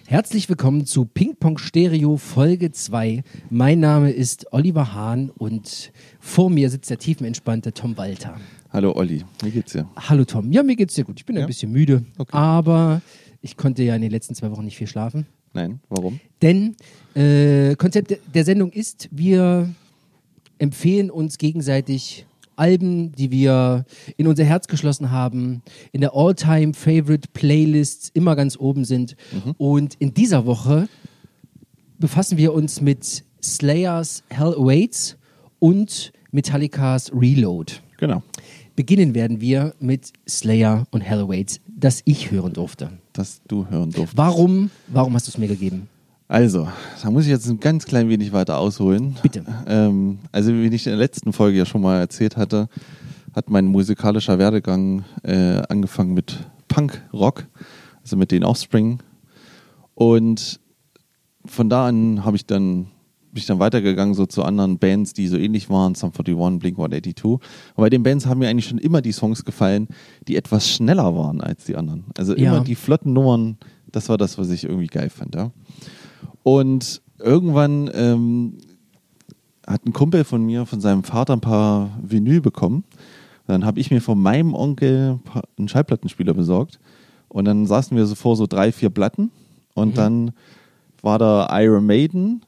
Herzlich willkommen zu Ping Pong Stereo Folge 2. Mein Name ist Oliver Hahn und vor mir sitzt der tiefenentspannte Tom Walter. Hallo Olli, wie geht's dir? Hallo Tom, ja, mir geht's sehr gut. Ich bin ein bisschen müde, aber ich konnte ja in den letzten 2 Wochen nicht viel schlafen. Nein, warum? Denn Konzept der Sendung ist, wir empfehlen uns gegenseitig Alben, die wir in unser Herz geschlossen haben, in der All-Time-Favorite-Playlist immer ganz oben sind. Und in dieser Woche befassen wir uns mit Slayers Hell Awaits und Metallicas Reload. Genau. Beginnen werden wir mit Slayer und Hell Awaits, das ich hören durfte. Das du hören durftest. Warum hast du es mir gegeben? Also, da muss ich jetzt ein ganz klein wenig weiter ausholen. Bitte. Also, wie ich in der letzten Folge ja schon mal erzählt hatte, hat mein musikalischer Werdegang angefangen mit Punk-Rock, also mit den Offspring. Und von da an bin ich dann weitergegangen so zu anderen Bands, die so ähnlich waren, Sum 41, Blink-182. Und bei den Bands haben mir eigentlich schon immer die Songs gefallen, die etwas schneller waren als die anderen. Also immer die flotten Nummern, das war das, was ich irgendwie geil fand, ja. Und irgendwann hat ein Kumpel von mir, von seinem Vater, ein paar Vinyl bekommen. Dann habe ich mir von meinem Onkel einen Schallplattenspieler besorgt. Und dann saßen wir so vor so 3, 4 Platten. Und dann war da Iron Maiden,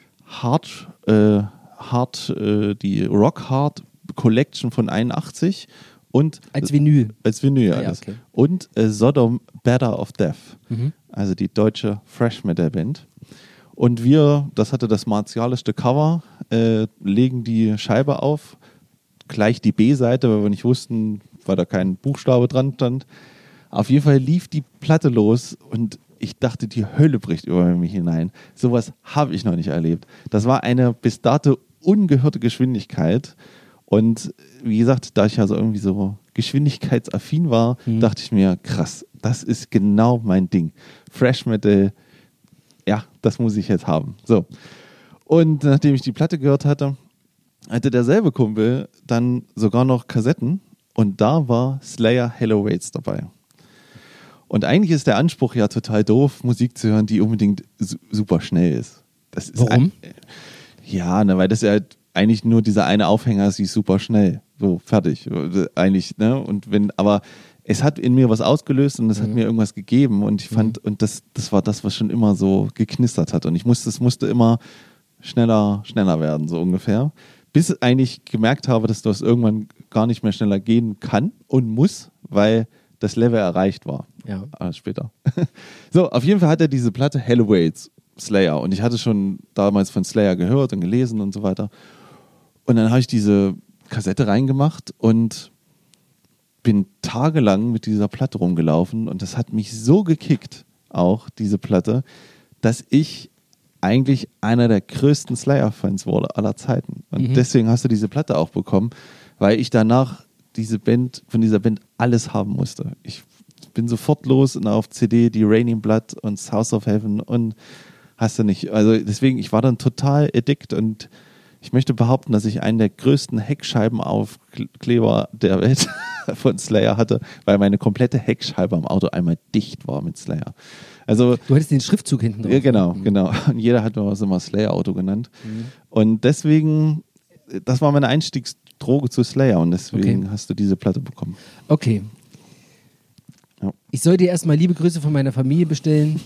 die Rock Hard Collection von 81 und Als Vinyl. Als Vinyl, alles. Okay. Und Sodom Better of Death, also die deutsche Thrash Metal Band. Und wir, das hatte das martialischste Cover, legen die Scheibe auf, gleich die B-Seite, weil wir nicht wussten, weil da kein Buchstabe dran stand. Auf jeden Fall lief die Platte los und ich dachte, die Hölle bricht über mich hinein. Sowas habe ich noch nicht erlebt. Das war eine bis dato ungehörte Geschwindigkeit. Und wie gesagt, da ich also irgendwie so geschwindigkeitsaffin war, dachte ich mir, krass, das ist genau mein Ding. Thrash Metal, ja, das muss ich jetzt haben. So. Und nachdem ich die Platte gehört hatte derselbe Kumpel dann sogar noch Kassetten und da war Slayer Hell Awaits dabei. Und eigentlich ist der Anspruch ja total doof, Musik zu hören, die unbedingt super schnell ist. Das ist Warum? Weil das ja eigentlich nur dieser eine Aufhänger ist, die ist super schnell. So, fertig. Eigentlich, ne? Aber es hat in mir was ausgelöst und es hat mir irgendwas gegeben und ich fand, und das war das, was schon immer so geknistert hat. Und es musste immer schneller werden, so ungefähr. Bis ich eigentlich gemerkt habe, dass das irgendwann gar nicht mehr schneller gehen kann und muss, weil das Level erreicht war. Ja. Später. So, auf jeden Fall hat er diese Platte Hell Awaits, Slayer. Und ich hatte schon damals von Slayer gehört und gelesen und so weiter. Und dann habe ich diese Kassette reingemacht und bin tagelang mit dieser Platte rumgelaufen. Und das hat mich so gekickt, auch diese Platte, dass ich eigentlich einer der größten Slayer-Fans wurde aller Zeiten. Und deswegen hast du diese Platte auch bekommen, weil ich danach von dieser Band alles haben musste. Ich bin sofort los und auf CD die Raining Blood und House of Heaven und hast du nicht. Also deswegen, ich war dann total addict und ich möchte behaupten, dass ich einen der größten Heckscheibenaufkleber der Welt von Slayer hatte, weil meine komplette Heckscheibe am Auto einmal dicht war mit Slayer. Also, Du hattest den Schriftzug hinten drauf. Ja, genau. Und jeder hat mir was immer Slayer-Auto genannt. Und deswegen, das war meine Einstiegsdroge zu Slayer und deswegen hast du diese Platte bekommen. Okay. Ja. Ich soll dir erstmal liebe Grüße von meiner Familie bestellen.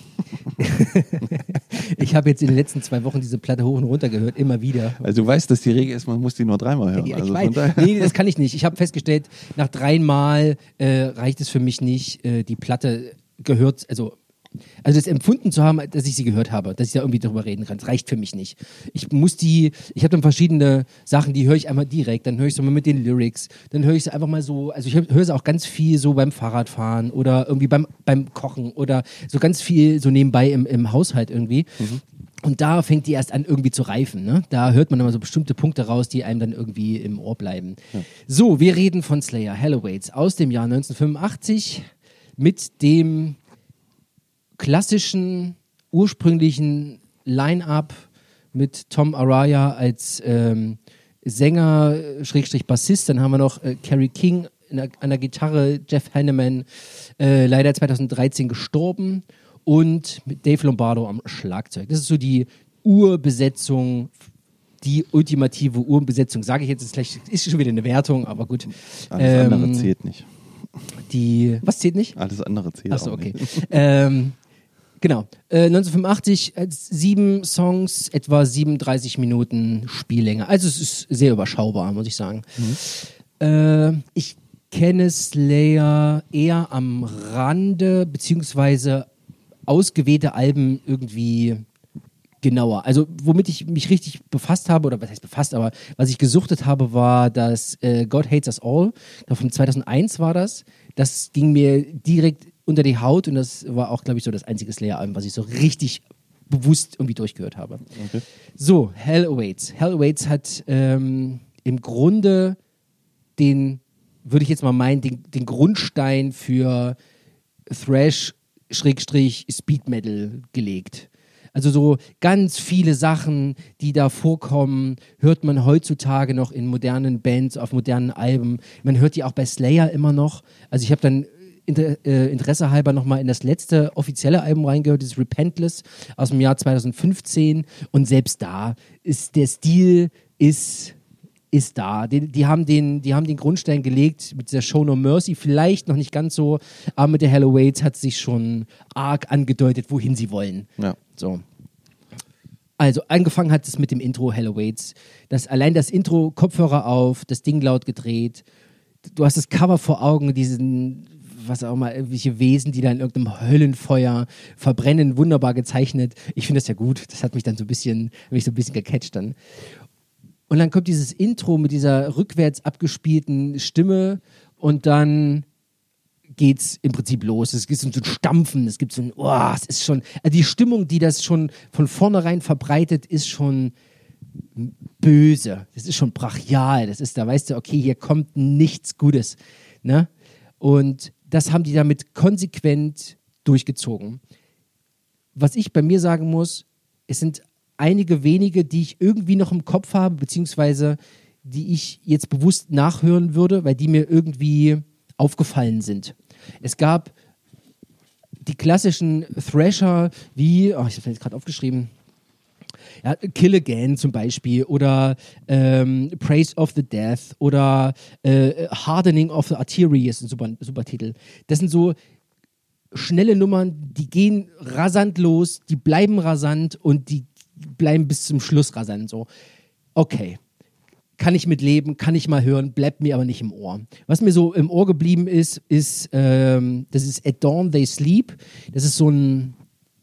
Ich habe jetzt in den letzten 2 Wochen diese Platte hoch und runter gehört, immer wieder. Also du weißt, dass die Regel ist, man muss die nur 3-mal hören. Ja, also ich weiß. Nee, das kann ich nicht. Ich habe festgestellt, nach 3 Mal reicht es für mich nicht, die Platte gehört, also das empfunden zu haben, dass ich sie gehört habe, dass ich da irgendwie drüber reden kann. Das reicht für mich nicht. Ich habe dann verschiedene Sachen, die höre ich einmal direkt, dann höre ich so mal mit den Lyrics, dann höre ich sie einfach mal so, also ich höre sie auch ganz viel so beim Fahrradfahren oder irgendwie beim Kochen oder so ganz viel so nebenbei im Haushalt irgendwie. Und da fängt die erst an irgendwie zu reifen. Ne? Da hört man immer so bestimmte Punkte raus, die einem dann irgendwie im Ohr bleiben. Ja. So, wir reden von Slayer Hell Awaits aus dem Jahr 1985 mit dem klassischen, ursprünglichen Line-Up mit Tom Araya als Sänger, Bassist. Dann haben wir noch Kerry King an der Gitarre, Jeff Hanneman, leider 2013 gestorben. und mit Dave Lombardo am Schlagzeug. Das ist so die Urbesetzung, die ultimative Urbesetzung, sage ich jetzt, ist schon wieder eine Wertung, aber gut. Alles andere zählt nicht. Was zählt nicht? Alles andere zählt Achso, auch okay. nicht. Genau. 1985, 7 Songs, etwa 37 Minuten Spiellänge. Also es ist sehr überschaubar, muss ich sagen. Ich kenne Slayer eher am Rande, beziehungsweise ausgewählte Alben irgendwie genauer. Also womit ich mich richtig befasst habe, oder was heißt befasst, aber was ich gesuchtet habe, war das God Hates Us All. Ich glaube, von 2001 war das. Das ging mir direkt unter die Haut und das war auch, glaube ich, so das einzige Slayer-Album, was ich so richtig bewusst irgendwie durchgehört habe. Okay. So, Hell Awaits. Hell Awaits hat im Grunde würde ich jetzt mal meinen, den Grundstein für Thrash-Speed Metal gelegt. Also so ganz viele Sachen, die da vorkommen, hört man heutzutage noch in modernen Bands, auf modernen Alben. Man hört die auch bei Slayer immer noch. Also ich habe dann Interesse halber nochmal in das letzte offizielle Album reingehört, das Repentless aus dem Jahr 2015. Und selbst da ist der Stil da. Die haben den Grundstein gelegt mit dieser Show No Mercy, vielleicht noch nicht ganz so, aber mit der Hell Awaits hat sich schon arg angedeutet, wohin sie wollen. Ja. So. Also angefangen hat es mit dem Intro Hell Awaits. Allein das Intro, Kopfhörer auf, das Ding laut gedreht. Du hast das Cover vor Augen, diesen, was auch mal, irgendwelche Wesen, die da in irgendeinem Höllenfeuer verbrennen, wunderbar gezeichnet. Ich finde das ja gut. Das hat mich dann so ein bisschen gecatcht dann. Und dann kommt dieses Intro mit dieser rückwärts abgespielten Stimme und dann geht's im Prinzip los. Es gibt so ein Stampfen, es gibt so ein, es ist schon, also die Stimmung, die das schon von vornherein verbreitet, ist schon böse. Das ist schon brachial. Da weißt du, okay, hier kommt nichts Gutes. Ne? Und das haben die damit konsequent durchgezogen. Was ich bei mir sagen muss, es sind einige wenige, die ich irgendwie noch im Kopf habe, beziehungsweise die ich jetzt bewusst nachhören würde, weil die mir irgendwie aufgefallen sind. Es gab die klassischen Thrasher wie, ich habe es jetzt gerade aufgeschrieben, ja, Kill Again zum Beispiel oder Praise of the Death oder Hardening of the Artery ist ein super Titel. Das sind so schnelle Nummern, die gehen rasant los, die bleiben rasant und die bleiben bis zum Schluss rasant. So, okay, kann ich mit leben, kann ich mal hören, bleibt mir aber nicht im Ohr. Was mir so im Ohr geblieben ist, das ist At Dawn They Sleep. Das ist so eine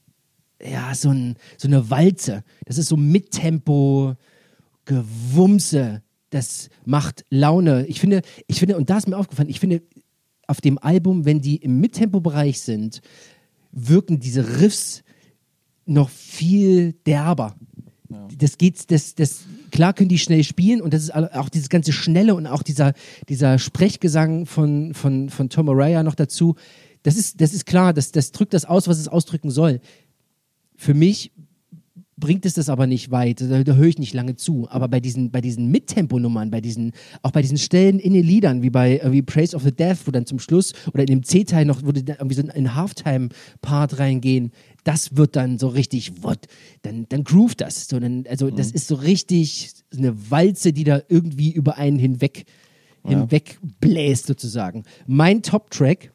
Walze. Das ist so Mittempo, Gewumse. Das macht Laune. Ich finde, und da ist mir aufgefallen, ich finde, auf dem Album, wenn die im Mittempo-Bereich sind, wirken diese Riffs noch viel derber. Ja. Klar können die schnell spielen und das ist auch dieses ganze Schnelle und auch dieser Sprechgesang von Tom Araya noch dazu. Das ist klar, das drückt das aus, was es ausdrücken soll. Für mich bringt es das aber nicht weit, da höre ich nicht lange zu. Aber bei diesen Mittempo-Nummern, auch bei diesen Stellen in den Liedern, wie Praise of the Death, wo dann zum Schluss oder in dem C-Teil noch, wo dann irgendwie so ein Halftime-Part reingehen, das wird dann so richtig, dann groovt das. So, das ist so richtig eine Walze, die da irgendwie über einen hinweg bläst sozusagen. Mein Top-Track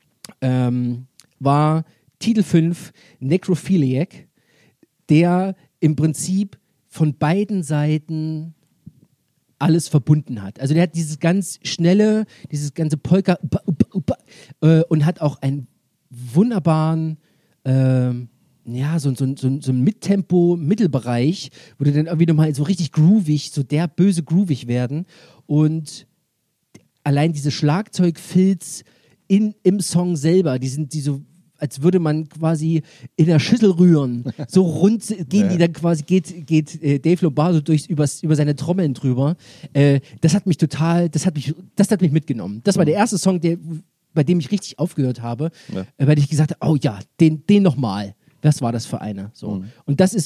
war Titel 5, Necrophiliac, der im Prinzip von beiden Seiten alles verbunden hat. Also der hat dieses ganz schnelle, dieses ganze Polka und hat auch einen wunderbaren so ein Mittempo-Mittelbereich, wo du dann irgendwie nochmal so richtig groovig, so böse groovig werden und allein diese Schlagzeugfilz im Song selber, die so als würde man quasi in der Schüssel rühren. So rund gehen die dann quasi, geht Dave Lombardo über seine Trommeln drüber. Das hat mich mitgenommen. Das war der erste Song, bei dem ich richtig aufgehört habe, weil ich gesagt habe, oh ja, den nochmal. Was war das für einer? So. Und das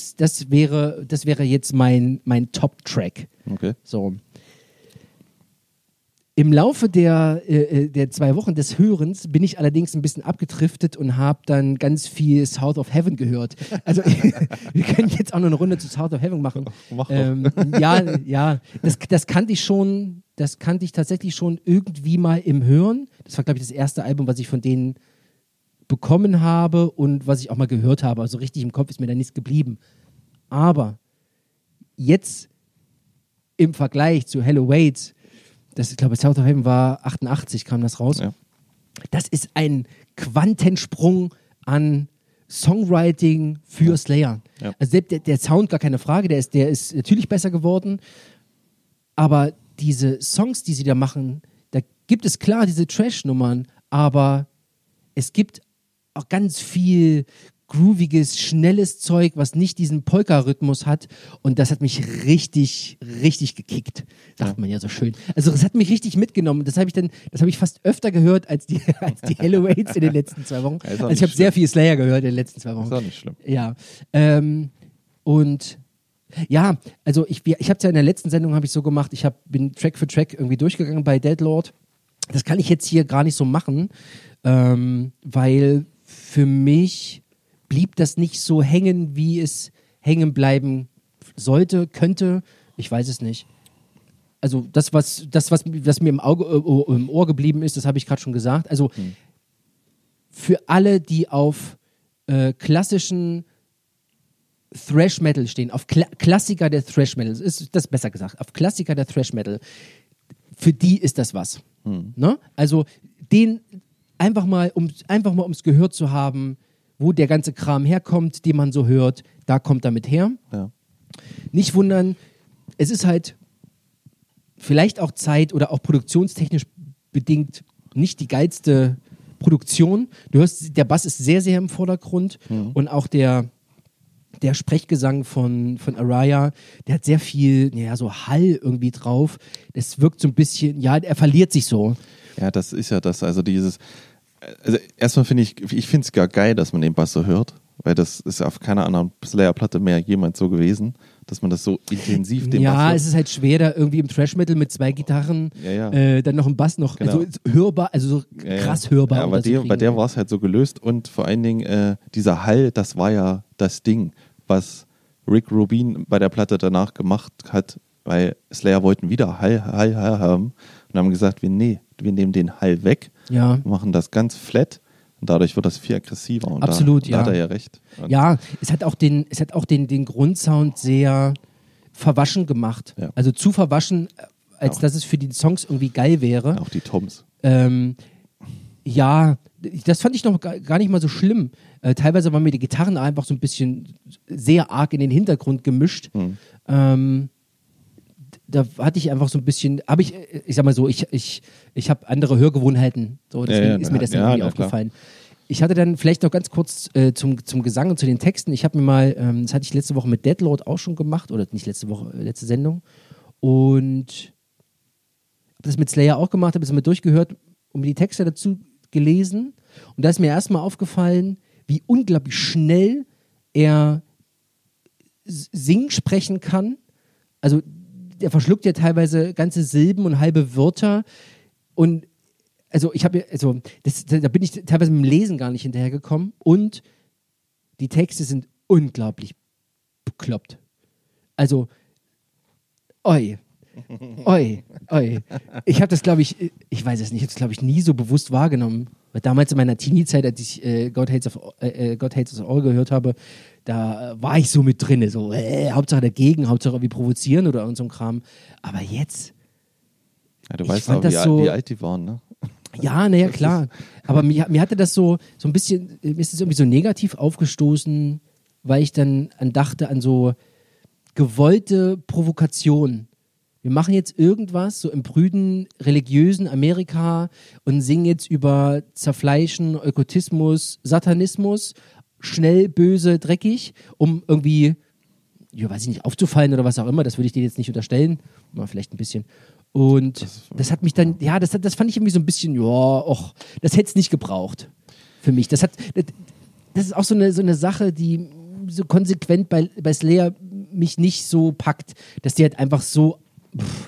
wäre jetzt mein Top-Track. Okay. So. Im Laufe der 2 Wochen des Hörens bin ich allerdings ein bisschen abgedriftet und habe dann ganz viel South of Heaven gehört. Also wir können jetzt auch noch eine Runde zu South of Heaven machen. Mach doch. Ja, das kannte ich schon, das kannte ich tatsächlich schon irgendwie mal im Hören. Das war, glaube ich, das erste Album, was ich von denen bekommen habe und was ich auch mal gehört habe. Also richtig im Kopf ist mir da nichts geblieben. Aber jetzt im Vergleich zu Hello Wait, das, ich glaube, South of Heaven war 88, kam das raus. Ja. Das ist ein Quantensprung an Songwriting für Slayer. Ja. Also selbst der Sound, gar keine Frage, der ist natürlich besser geworden. Aber diese Songs, die sie da machen, da gibt es klar diese Trash-Nummern, aber es gibt auch ganz viel grooviges, schnelles Zeug, was nicht diesen Polka-Rhythmus hat. Und das hat mich richtig, richtig gekickt. Sagt man ja so schön. Also das hat mich richtig mitgenommen. Das habe ich fast öfter gehört als die Hello Waits in den letzten 2 Wochen. Also ich habe sehr viel Slayer gehört in den letzten 2 Wochen. Ist auch nicht schlimm. Ja. Und ja, also ich habe es ja in der letzten Sendung so gemacht, bin Track für Track irgendwie durchgegangen bei Deadlord. Das kann ich jetzt hier gar nicht so machen, weil für mich blieb das nicht so hängen, wie es hängen bleiben sollte, könnte. Ich weiß es nicht. Also das, was mir im Ohr geblieben ist, das habe ich gerade schon gesagt. Also für alle, die auf klassischen Thrash Metal stehen, auf Klassiker der Thrash Metal, ist das besser gesagt, auf Klassiker der Thrash Metal, für die ist das was. Ne? Also den einfach mal ums gehört zu haben, wo der ganze Kram herkommt, den man so hört, da kommt damit her. Ja. Nicht wundern, es ist halt vielleicht auch Zeit oder auch produktionstechnisch bedingt nicht die geilste Produktion. Du hörst, der Bass ist sehr, sehr im Vordergrund und auch der Sprechgesang von Araya, der hat sehr viel, so Hall irgendwie drauf. Das wirkt so ein bisschen, er verliert sich so. Ja, das ist ja das, also erstmal finde ich finde es gar geil, dass man den Bass so hört, weil das ist auf keiner anderen Slayer-Platte mehr jemals so gewesen, dass man das so intensiv den Bass hört. Ja, es ist halt schwer, da irgendwie im Thrash-Metal mit 2 Gitarren, dann noch ein Bass noch, genau. also hörbar, also so krass hörbar. Ja, bei der war es halt so gelöst und vor allen Dingen dieser Hall, das war ja das Ding, was Rick Rubin bei der Platte danach gemacht hat, weil Slayer wollten wieder Hall haben und haben gesagt, wir nehmen den Hall weg, machen das ganz flat und dadurch wird das viel aggressiver. Und absolut, da hat er ja recht. Und es hat auch den Grundsound sehr verwaschen gemacht. Ja. Also zu verwaschen, als dass es für die Songs irgendwie geil wäre. Auch die Toms. Das fand ich noch gar nicht mal so schlimm. Teilweise waren mir die Gitarren einfach so ein bisschen sehr arg in den Hintergrund gemischt. Da hatte ich einfach so ein bisschen, ich sag mal so, ich habe andere Hörgewohnheiten, so, deswegen ist mir das dann irgendwie aufgefallen. Klar. Ich hatte dann vielleicht noch ganz kurz zum Gesang und zu den Texten, ich habe mir mal, das hatte ich letzte Woche mit Deadlord auch schon gemacht, oder nicht letzte Woche, letzte Sendung, und habe das mit Slayer auch gemacht, habe es mal durchgehört und mir die Texte dazu gelesen, und da ist mir erstmal aufgefallen, wie unglaublich schnell er sprechen kann. Also der verschluckt ja teilweise ganze Silben und halbe Wörter. Und da bin ich teilweise mit dem Lesen gar nicht hinterhergekommen. Und die Texte sind unglaublich bekloppt. Also, oi. Ich habe das, glaube ich weiß es nicht, ich habe das, glaube ich, nie so bewusst wahrgenommen. Weil damals in meiner Teenie-Zeit, als ich God Hates Us All gehört habe, da war ich so mit drin, so Hauptsache dagegen, Hauptsache irgendwie provozieren oder irgend so ein Kram. Aber jetzt, ja, du weißt auch, wie alt die waren, ne? Ja, naja, klar. Aber mir hatte das so ein bisschen, mir ist es irgendwie so negativ aufgestoßen, weil ich dann dachte an so gewollte Provokation. Wir machen jetzt irgendwas so im prüden, religiösen Amerika und singen jetzt über Zerfleischen, Okkultismus, Satanismus, schnell, böse, dreckig, um irgendwie, weiß ich nicht, aufzufallen oder was auch immer. Das würde ich dir jetzt nicht unterstellen. Mal vielleicht ein bisschen. Und das hat mich dann, das fand ich irgendwie so ein bisschen, das hätte es nicht gebraucht für mich. Das ist auch so eine Sache, die so konsequent bei Slayer mich nicht so packt, dass die halt einfach so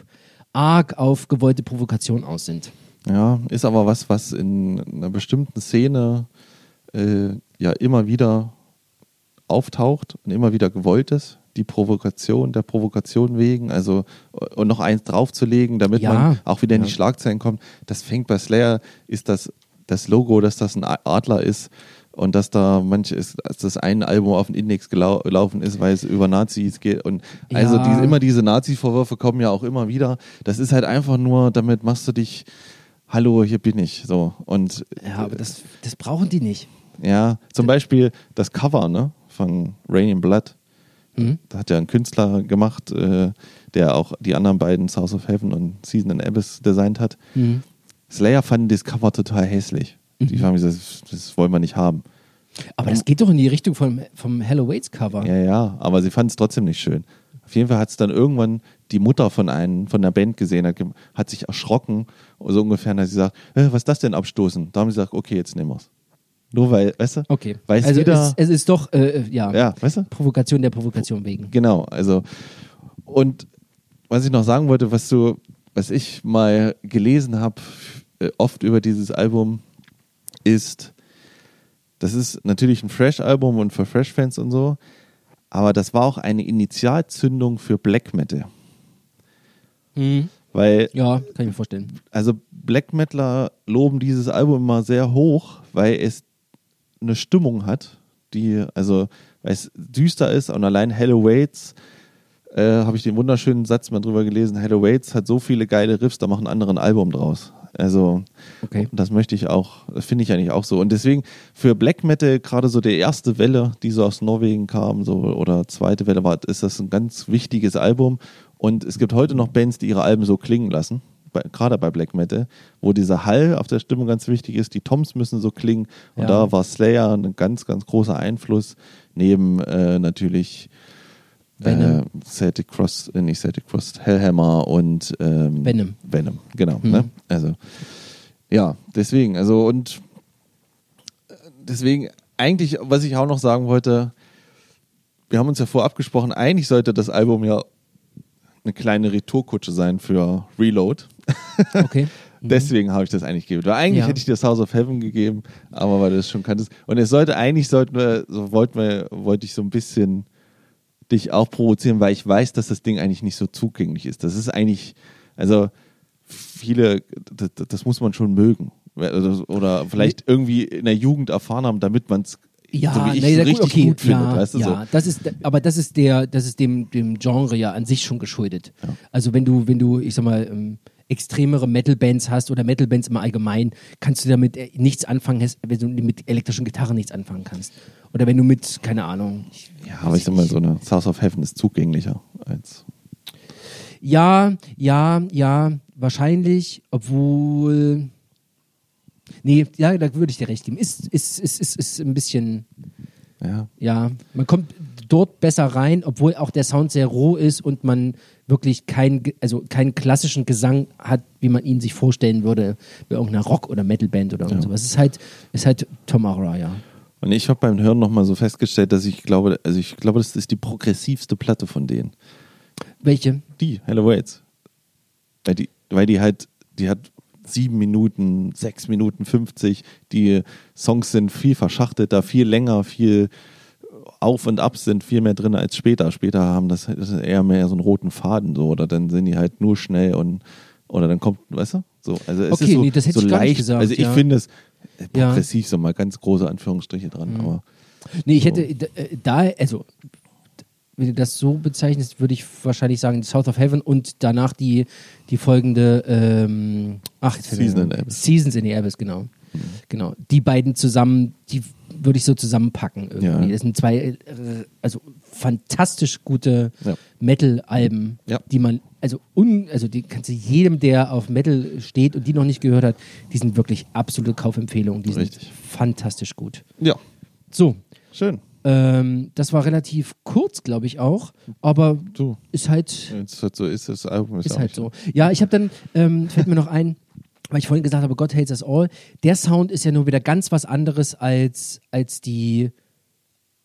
arg auf gewollte Provokation aus sind. Ja, ist aber was in einer bestimmten Szene ja immer wieder auftaucht und immer wieder gewollt ist. Die Provokation, der Provokation wegen, also und noch eins draufzulegen, damit man auch wieder in die Schlagzeilen kommt. Das fängt bei Slayer, ist das Logo, dass das ein Adler ist und dass da dass das ein Album auf den Index gelaufen ist, weil es über Nazis geht und also immer diese Nazi-Vorwürfe kommen ja auch immer wieder. Das ist halt einfach nur, damit machst du dich, hallo, hier bin ich, so. Und ja, aber das brauchen die nicht. Ja, zum Beispiel das Cover, ne, von Rain in Blood. Da hat ja ein Künstler gemacht, der auch die anderen beiden, South of Heaven und Season and Abyss, designt hat. Slayer fanden das Cover total hässlich. Die haben gesagt, das wollen wir nicht haben. Aber das geht doch in die Richtung vom Hello Waits Cover. Ja, aber sie fanden es trotzdem nicht schön. Auf jeden Fall hat es dann irgendwann die Mutter von der Band gesehen, hat sich erschrocken, so ungefähr, und hat sie gesagt, was ist das denn abstoßen? Da haben sie gesagt, okay, jetzt nehmen wir es. Nur weil, weißt du? Okay. Weil also wieder, es ist doch, weißt du? Provokation der Provokation wegen. Genau, also und was ich noch sagen wollte, was ich mal gelesen habe, oft über dieses Album, ist, das ist natürlich ein Thrash-Album und für Thrash-Fans und so, aber das war auch eine Initialzündung für Black Metal. Weil, ja, kann ich mir vorstellen. Also Black Metaler loben dieses Album immer sehr hoch, weil es eine Stimmung hat, weil es düster ist und allein Hello Waits, habe ich den wunderschönen Satz mal drüber gelesen, Hello Waits hat so viele geile Riffs, da machen andere ein Album draus. Also das finde ich eigentlich auch so. Und deswegen für Black Metal, gerade so die erste Welle, die so aus Norwegen kam, so, oder zweite Welle war, ist das ein ganz wichtiges Album. Und es gibt heute noch Bands, die ihre Alben so klingen lassen, gerade bei Black Metal, wo dieser Hall auf der Stimmung ganz wichtig ist. Die Toms müssen so klingen. Und da war Slayer ein ganz, ganz großer Einfluss, neben natürlich Celtic Frost, Hellhammer und Venom, genau. Ne? Also, ja, deswegen, eigentlich, was ich auch noch sagen wollte, wir haben uns ja vorab abgesprochen, eigentlich sollte das Album ja eine kleine Retourkutsche sein für Reload. Okay. Deswegen habe ich das eigentlich gegeben. Weil eigentlich hätte ich dir House of Heaven gegeben, aber weil du das schon kanntest. Und wollte ich so ein bisschen dich auch provozieren, weil ich weiß, dass das Ding eigentlich nicht so zugänglich ist. Das ist eigentlich, also viele, das muss man schon mögen. Oder vielleicht irgendwie in der Jugend erfahren haben, damit man es so wie ich richtig gut findet. Weißt du, so. Das ist dem Genre ja an sich schon geschuldet. Ja. Also wenn du, ich sag mal, extremere Metal-Bands hast oder Metal-Bands im Allgemeinen, kannst du damit nichts anfangen, wenn du mit elektrischen Gitarren nichts anfangen kannst. Oder wenn du mit, keine Ahnung. Aber ich sag mal, so eine South of Heaven ist zugänglicher als. Ja, wahrscheinlich, obwohl. Nee, ja, da würde ich dir recht geben. Ist ein bisschen. Ja, man kommt dort besser rein, obwohl auch der Sound sehr roh ist und man wirklich keinen klassischen Gesang hat, wie man ihn sich vorstellen würde bei irgendeiner Rock- oder Metalband oder sowas. Es ist halt Tom Araya, ja. Und ich habe beim Hören nochmal so festgestellt, dass ich glaube, das ist die progressivste Platte von denen. Welche? Die, Hello Waits. Weil die hat 7 Minuten, 6 Minuten 50. Die Songs sind viel verschachtelter, viel länger, viel Auf und Ab sind viel mehr drin als später. Später haben das eher mehr so einen roten Faden, so, oder dann sind die halt nur schnell oder dann kommt, weißt du? So, also es ist so, das hätte so ich gar leicht. nicht gesagt, also ich finde es progressiv, so mal ganz große Anführungsstriche dran. Aber nee, ich hätte wenn du das so bezeichnest, würde ich wahrscheinlich sagen South of Heaven und danach die folgende Seasons in the Abyss, genau. Genau. Die beiden zusammen, die würde ich so zusammenpacken irgendwie. Ja. Das sind zwei fantastisch gute Metal-Alben, die man, die kannst du jedem, der auf Metal steht und die noch nicht gehört hat, die sind wirklich absolute Kaufempfehlungen. Die sind fantastisch gut. Ja. So. Schön. Das war relativ kurz, glaube ich auch, aber ist halt. Das Album ist halt so. Ja, ich habe dann, fällt mir noch ein, weil ich vorhin gesagt habe, God Hates Us All, der Sound ist ja nur wieder ganz was anderes als die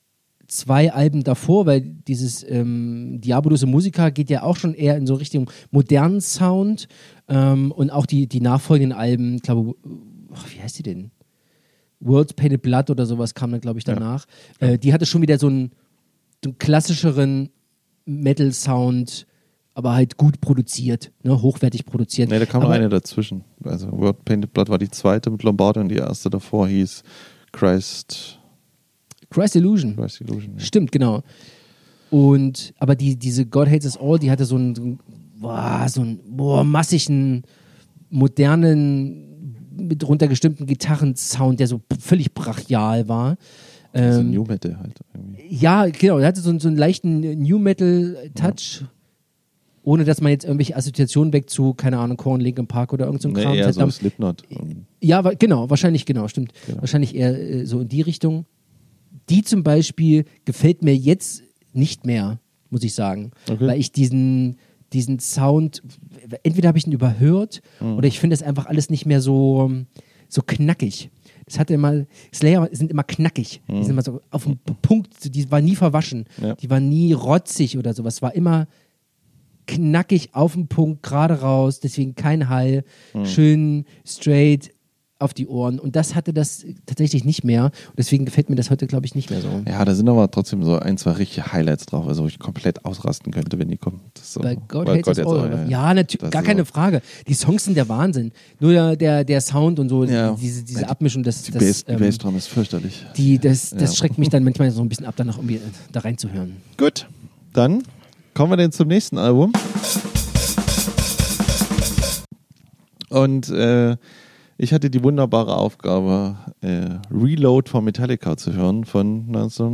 2 Alben davor, weil dieses Diabolose Musica geht ja auch schon eher in so Richtung modernen Sound und auch die nachfolgenden Alben, glaube wie heißt die denn? World's Painted Blood oder sowas kam dann, glaube ich, danach. Ja. Die hatte schon wieder so einen klassischeren Metal-Sound, aber halt gut produziert, ne? Hochwertig produziert. Ne, da kam noch eine dazwischen. Also World Painted Blood war die zweite mit Lombardo und die erste davor hieß Christ Illusion. Ja. Stimmt, genau. Aber diese God Hates Us All, die hatte so einen massigen, modernen, mit runtergestimmten Gitarrensound, der so völlig brachial war. So New Metal halt. Irgendwie. Ja, genau. Er hatte so einen leichten New Metal-Touch, ohne dass man jetzt irgendwelche Assoziationen weg zu, keine Ahnung, Korn, Linkin Park oder irgend so ein Kram. Eher so Slipknot. Ja, wahrscheinlich, stimmt. Genau. Wahrscheinlich eher so in die Richtung. Die zum Beispiel gefällt mir jetzt nicht mehr, muss ich sagen. Okay. Weil ich diesen Sound, entweder habe ich ihn überhört oder ich finde das einfach alles nicht mehr so knackig. Das hatte immer, Slayer sind immer knackig. Die sind immer so auf dem Punkt, die war nie verwaschen. Ja. Die war nie rotzig oder sowas. War immer knackig auf dem Punkt, gerade raus, deswegen kein Hall, schön straight auf die Ohren. Und das hatte das tatsächlich nicht mehr. Und deswegen gefällt mir das heute, glaube ich, nicht mehr so. Ja, da sind aber trotzdem so 1, 2 richtige Highlights drauf, also wo ich komplett ausrasten könnte, wenn die kommen. So, bei God Hates Us All. Ja, natürlich, gar keine Frage. Die Songs sind der Wahnsinn. Nur der Sound und so, diese Abmischung, die Bassdrum ist fürchterlich. Das schreckt mich dann manchmal so ein bisschen ab, dann noch irgendwie da reinzuhören. Gut, dann kommen wir denn zum nächsten Album. Und ich hatte die wunderbare Aufgabe, Reload von Metallica zu hören von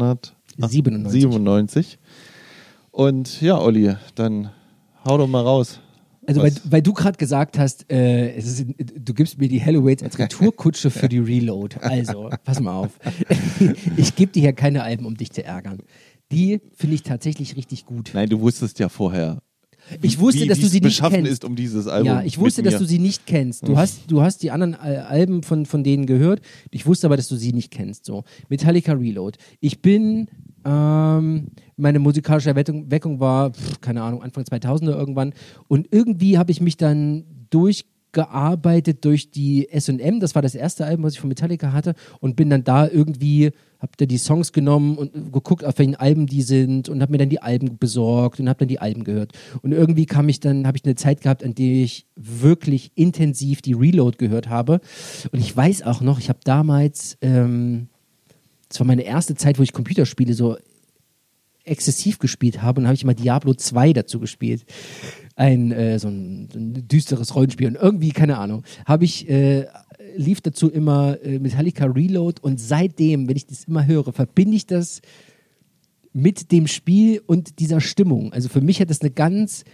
1997. Und ja, Olli, dann hau doch mal raus. Also weil du gerade gesagt hast, du gibst mir die Hellowaits als Retourkutsche für die Reload. Also, pass mal auf. Ich gebe dir hier keine Alben, um dich zu ärgern. Die finde ich tatsächlich richtig gut. Nein, du wusstest ja vorher. Ich wusste, dass du sie nicht kennst. Ist, um dieses Album. Ja, ich wusste, dass du sie nicht kennst. Du hast die anderen Alben von denen gehört. Ich wusste aber, dass du sie nicht kennst. So, Metallica Reload. Ich bin, meine musikalische Erweckung war, keine Ahnung, Anfang 2000er irgendwann. Und irgendwie habe ich mich dann durchgearbeitet durch die S&M. Das war das erste Album, was ich von Metallica hatte. Und bin dann da irgendwie, hab da die Songs genommen und geguckt, auf welchen Alben die sind und habe mir dann die Alben besorgt und habe dann die Alben gehört. Und irgendwie habe ich eine Zeit gehabt, an der ich wirklich intensiv die Reload gehört habe. Und ich weiß auch noch, ich habe damals, das war meine erste Zeit, wo ich Computerspiele so exzessiv gespielt habe und habe ich mal Diablo 2 dazu gespielt. So ein düsteres Rollenspiel und irgendwie, keine Ahnung, lief dazu immer Metallica Reload und seitdem, wenn ich das immer höre, verbinde ich das mit dem Spiel und dieser Stimmung. Also für mich hat das eine ganz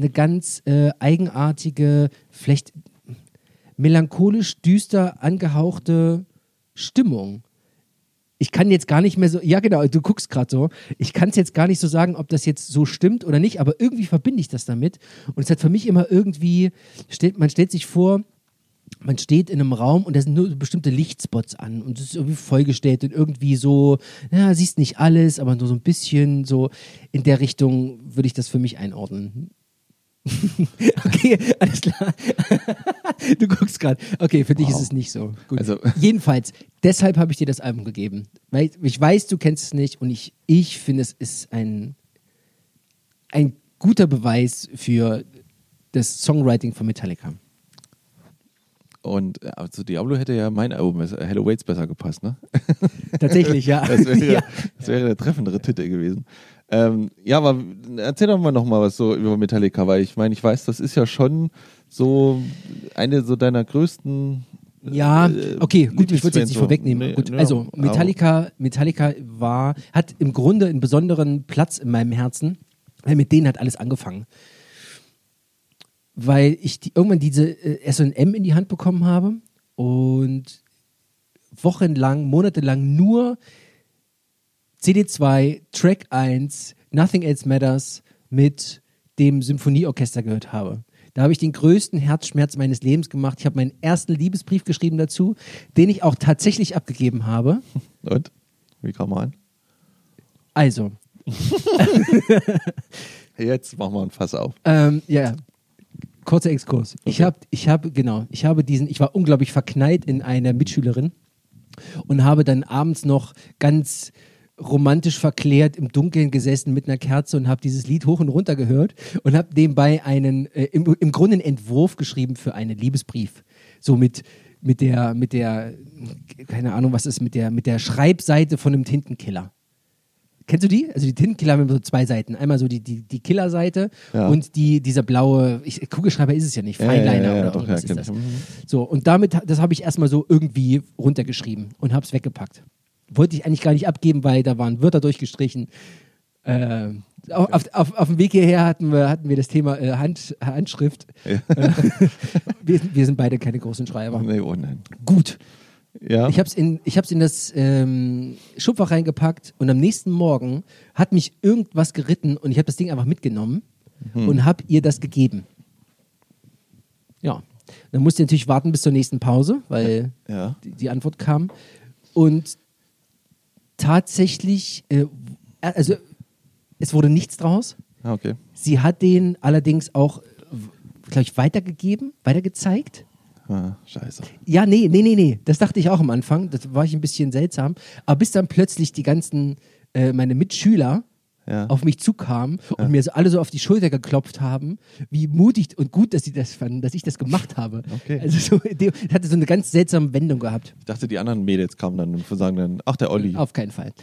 eigenartige, vielleicht melancholisch düster angehauchte Stimmung. Ich kann jetzt gar nicht mehr so, ja genau, du guckst gerade so, ich kann es jetzt gar nicht so sagen, ob das jetzt so stimmt oder nicht, aber irgendwie verbinde ich das damit und es hat für mich immer irgendwie, man stellt sich vor, man steht in einem Raum und da sind nur bestimmte Lichtspots an und es ist irgendwie vollgestellt und irgendwie so, ja, siehst nicht alles, aber nur so ein bisschen so in der Richtung würde ich das für mich einordnen. Okay, alles klar. Du guckst gerade. Okay, für dich ist es nicht so. Gut. Also. Jedenfalls, deshalb habe ich dir das Album gegeben. Weil ich weiß, du kennst es nicht und ich finde, es ist ein guter Beweis für das Songwriting von Metallica. Und also Diablo hätte ja mein Album Hello Waits besser gepasst, ne? Tatsächlich, ja. Das wäre der treffendere Titel gewesen. Ja, aber erzähl doch mal noch mal was so über Metallica, weil ich meine, ich weiß, das ist ja schon so eine so deiner größten ja, okay, gut, ich würde es jetzt nicht vorwegnehmen. Gut, also Metallica hat im Grunde einen besonderen Platz in meinem Herzen, weil mit denen hat alles angefangen. Weil ich irgendwann diese S&M in die Hand bekommen habe und wochenlang, monatelang nur CD2, Track 1, Nothing Else Matters mit dem Symphonieorchester gehört habe. Da habe ich den größten Herzschmerz meines Lebens gemacht. Ich habe meinen ersten Liebesbrief geschrieben dazu, den ich auch tatsächlich abgegeben habe. Und? Wie kam er an? Also. Jetzt machen wir ein Fass auf. Ja. Kurzer Exkurs. Okay. Ich war unglaublich verknallt in eine Mitschülerin und habe dann abends noch ganz romantisch verklärt im Dunkeln gesessen mit einer Kerze und habe dieses Lied hoch und runter gehört und habe nebenbei im Grunde einen Entwurf geschrieben für einen Liebesbrief. So mit der, keine Ahnung, was ist, mit der Schreibseite von einem Tintenkiller. Kennst du die? Also die Tintenkiller haben immer so zwei Seiten. Einmal so die Killerseite und dieser blaue, Kugelschreiber ist es ja nicht, Fineliner oder doch, irgendwas ist das. Mhm. So, und das habe ich erstmal so irgendwie runtergeschrieben und habe es weggepackt. Wollte ich eigentlich gar nicht abgeben, weil da waren Wörter durchgestrichen. Auf dem Weg hierher hatten wir das Thema Handschrift. Ja. Wir sind beide keine großen Schreiber. Nee, oh nein. Gut. Ja. Ich hab's in das Schubfach reingepackt und am nächsten Morgen hat mich irgendwas geritten und ich habe das Ding einfach mitgenommen und habe ihr das gegeben. Ja. Dann musste ich natürlich warten bis zur nächsten Pause, weil die Antwort kam. Und tatsächlich, also es wurde nichts draus. Okay. Sie hat den allerdings auch, glaube ich, weitergezeigt. Ah, scheiße. Ja, nee. Das dachte ich auch am Anfang. Das war ich ein bisschen seltsam. Aber bis dann plötzlich die ganzen, meine Mitschüler auf mich zukamen und mir so alle so auf die Schulter geklopft haben, wie mutig und gut, dass sie das fanden, dass ich das gemacht habe. Okay. Also das hatte so eine ganz seltsame Wendung gehabt. Ich dachte, die anderen Mädels kamen dann und sagen dann, ach, der Olli. Auf keinen Fall.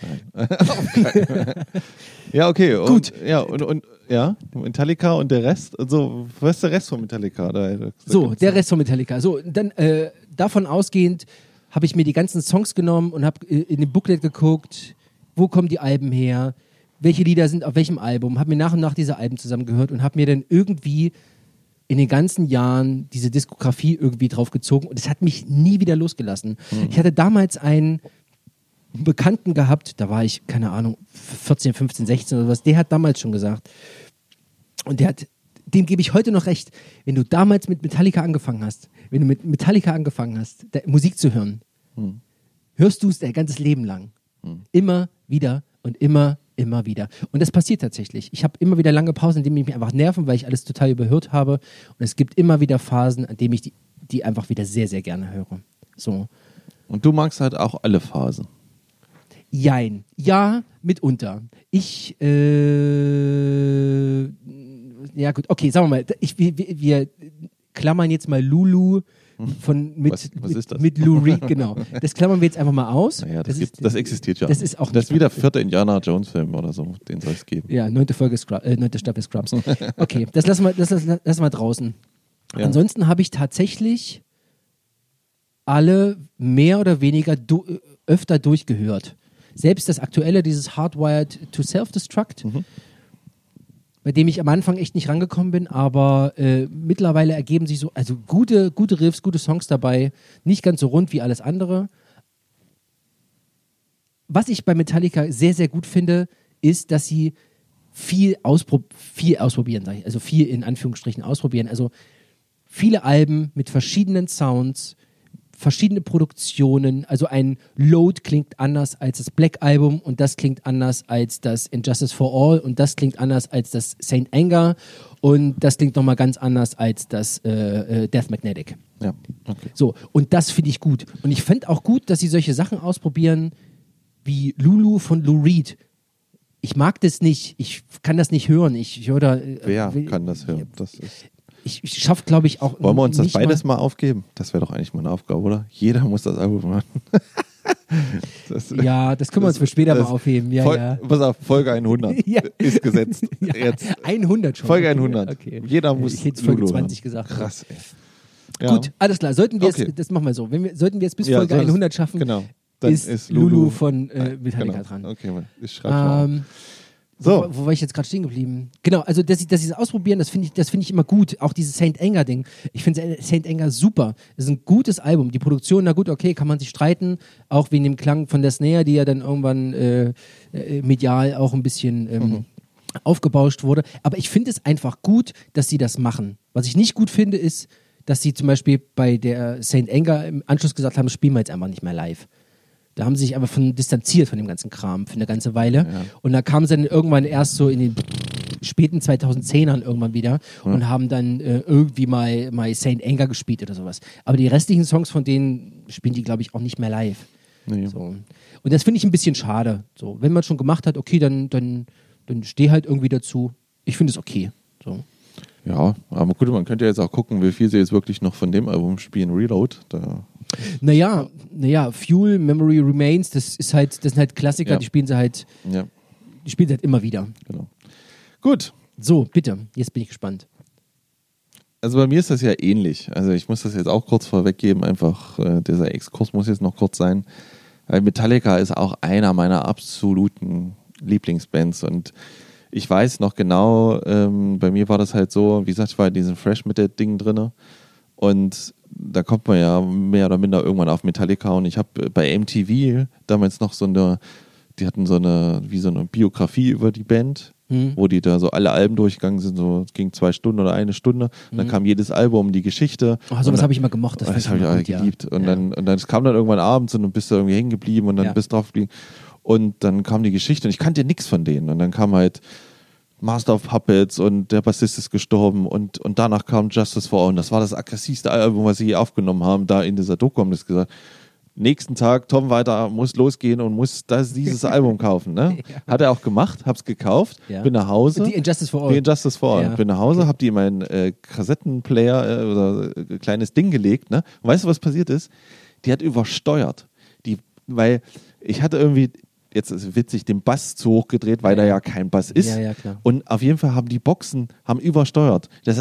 Ja, okay. Gut. Und Metallica und der Rest. Also, was ist der Rest von Metallica? Der Rest von Metallica. So, dann davon ausgehend habe ich mir die ganzen Songs genommen und habe in dem Booklet geguckt, wo kommen die Alben her, welche Lieder sind auf welchem Album, habe mir nach und nach diese Alben zusammengehört und habe mir dann irgendwie in den ganzen Jahren diese Diskografie irgendwie draufgezogen und es hat mich nie wieder losgelassen. Ich hatte damals einen Bekannten gehabt, da war ich, keine Ahnung, 14, 15, 16 oder was, der hat damals schon gesagt, und dem gebe ich heute noch recht, wenn du damals mit Metallica angefangen hast, Musik zu hören, hörst du es dein ganzes Leben lang. Immer wieder und immer wieder. Und das passiert tatsächlich. Ich habe immer wieder lange Pausen, in denen mich einfach nerven, weil ich alles total überhört habe. Und es gibt immer wieder Phasen, an denen ich die einfach wieder sehr, sehr gerne höre. So. Und du magst halt auch alle Phasen. Jein. Ja, mitunter. Ja gut, okay, sagen wir mal, wir klammern jetzt mal Lulu Was ist das? mit Lou Reed, genau. Das klammern wir jetzt einfach mal aus. Naja, das existiert ja. Das ist auch das ist wie der 4. Indiana Jones Film oder so, den soll es geben. Ja, 9. Staffel Scrubs. Okay, das lassen wir draußen. Ja. Ansonsten habe ich tatsächlich alle mehr oder weniger öfter durchgehört. Selbst das aktuelle, dieses Hardwired to Self-Destruct, bei dem ich am Anfang echt nicht rangekommen bin, aber mittlerweile ergeben sich so, also gute Riffs, gute Songs dabei, nicht ganz so rund wie alles andere. Was ich bei Metallica sehr, sehr gut finde, ist, dass sie viel ausprobieren, sag ich, also viel in Anführungsstrichen ausprobieren, also viele Alben mit verschiedenen Sounds, verschiedene Produktionen, also ein Load klingt anders als das Black Album und das klingt anders als das Injustice for All und das klingt anders als das Saint Anger und das klingt nochmal ganz anders als das Death Magnetic. Ja, okay. So, und das finde ich gut. Und ich fände auch gut, dass sie solche Sachen ausprobieren wie Lulu von Lou Reed. Ich mag das nicht, ich kann das nicht hören. Ich höre da. Wer kann das hören? Das ist ich schaffe, glaube ich, auch. Wollen wir uns das beides mal aufgeben? Das wäre doch eigentlich mal eine Aufgabe, oder? Jeder muss das Album machen. Ja, das können wir uns für später mal aufheben. Ja. Pass auf, Folge 100 ist gesetzt. Ja, Jetzt. 100 schon. Folge 100. Okay. Jeder muss. Ich hätte Folge 20 gesagt. Krass, ey. Ja. Gut, alles klar. Sollten wir jetzt, das machen wir so. Sollten wir jetzt bis Folge 100 schaffen, genau. Dann ist Lulu von Metallica dran. Okay, ich schreibe mal. So. Wo war ich jetzt gerade stehen geblieben? Genau, also dass sie es ausprobieren, das finde ich immer gut. Auch dieses Saint Anger Ding. Ich finde Saint Anger super. Es ist ein gutes Album. Die Produktion, na gut, okay, kann man sich streiten. Auch wegen dem Klang von der Snare, die ja dann irgendwann medial auch ein bisschen aufgebauscht wurde. Aber ich finde es einfach gut, dass sie das machen. Was ich nicht gut finde, ist, dass sie zum Beispiel bei der Saint Anger im Anschluss gesagt haben, spielen wir jetzt einfach nicht mehr live. Da haben sie sich einfach von distanziert von dem ganzen Kram für eine ganze Weile. Ja. Und da kamen sie dann irgendwann erst so in den späten 2010ern irgendwann wieder und haben dann irgendwie mal Saint Anger gespielt oder sowas. Aber die restlichen Songs von denen spielen die, glaube ich, auch nicht mehr live. Nee. So. Und das finde ich ein bisschen schade. So, wenn man schon gemacht hat, okay, dann steh halt irgendwie dazu. Ich finde es okay. So. Ja, aber gut, man könnte ja jetzt auch gucken, wie viel sie jetzt wirklich noch von dem Album spielen. Reload, Naja, Fuel, Memory Remains, das sind halt Klassiker, die spielen sie halt, die spielen sie halt immer wieder. Genau. Gut. So, bitte, jetzt bin ich gespannt. Also bei mir ist das ja ähnlich. Also ich muss das jetzt auch kurz vorweggeben, einfach dieser Exkurs muss jetzt noch kurz sein. Weil Metallica ist auch einer meiner absoluten Lieblingsbands und ich weiß noch genau, bei mir war das halt so, wie gesagt, ich war in diesem Fresh-Metal-Ding drin und da kommt man ja mehr oder minder irgendwann auf Metallica und ich habe bei MTV damals noch die hatten so eine Biografie über die Band, wo die da so alle Alben durchgegangen sind, so es ging 2 Stunden oder 1 Stunde und dann kam jedes Album die Geschichte. Sowas habe ich immer gemocht. Das habe ich auch geliebt. Und dann kam dann irgendwann abends und dann bist du irgendwie hängen geblieben und dann bist du drauf geblieben. Und dann kam die Geschichte und ich kannte nichts von denen. Und dann kam halt Master of Puppets und der Bassist ist gestorben und danach kam Justice for All. Und das war das aggressivste Album, was sie je aufgenommen haben. Da in dieser Doku haben das gesagt. Nächsten Tag, Tom weiter muss losgehen und muss dieses Album kaufen. Ne? Ja. Hat er auch gemacht, hab's gekauft, bin nach Hause. Die Injustice for All. Die Injustice for All. Ja. Bin nach Hause, hab die in meinen Kassettenplayer oder kleines Ding gelegt. Ne? Und weißt du, was passiert ist? Die hat übersteuert. Weil ich hatte irgendwie, jetzt ist es witzig, den Bass zu hoch gedreht, weil da ja kein Bass ist. Ja, klar. Und auf jeden Fall haben die Boxen übersteuert. Es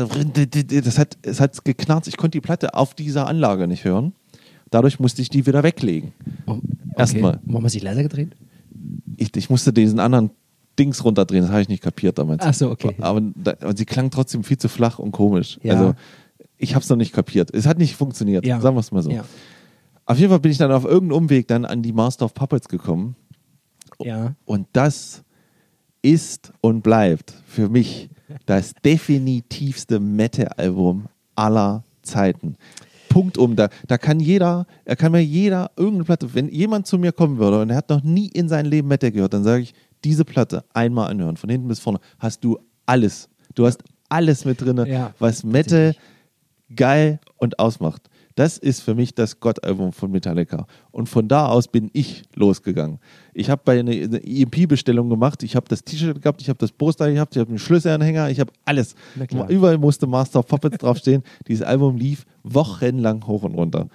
hat geknarzt. Ich konnte die Platte auf dieser Anlage nicht hören. Dadurch musste ich die wieder weglegen. Oh, okay. Erstmal. Warum hast du dich leiser gedreht? Ich musste diesen anderen Dings runterdrehen, das habe ich nicht kapiert damals. Ach so, okay. Aber sie klang trotzdem viel zu flach und komisch. Ja. Also ich habe es noch nicht kapiert. Es hat nicht funktioniert, sagen wir es mal so. Ja. Auf jeden Fall bin ich dann auf irgendeinem Umweg dann an die Master of Puppets gekommen. Ja. Und das ist und bleibt für mich das definitivste Metal-Album aller Zeiten. Punkt da kann mir jeder irgendeine Platte, wenn jemand zu mir kommen würde und er hat noch nie in seinem Leben Metal gehört, dann sage ich, diese Platte einmal anhören, von hinten bis vorne, hast du alles. Du hast alles mit drin, was Metal geil und ausmacht. Das ist für mich das Gott-Album von Metallica. Und von da aus bin ich losgegangen. Ich habe eine EMP-Bestellung gemacht, ich habe das T-Shirt gehabt, ich habe das Poster gehabt, ich habe einen Schlüsselanhänger, ich habe alles. Überall musste Master of Puppets draufstehen. Dieses Album lief wochenlang hoch und runter.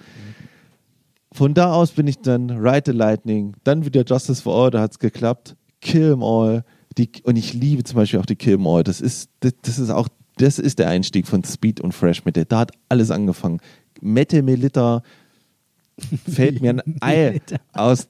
Von da aus bin ich dann Ride the Lightning, dann wieder Justice for All, da hat es geklappt, Kill 'Em All. Und ich liebe zum Beispiel auch die Kill 'Em All. Das ist der Einstieg von Speed und Fresh Metal. Da hat alles angefangen. Metal Melitta fällt mir ein Ei raus,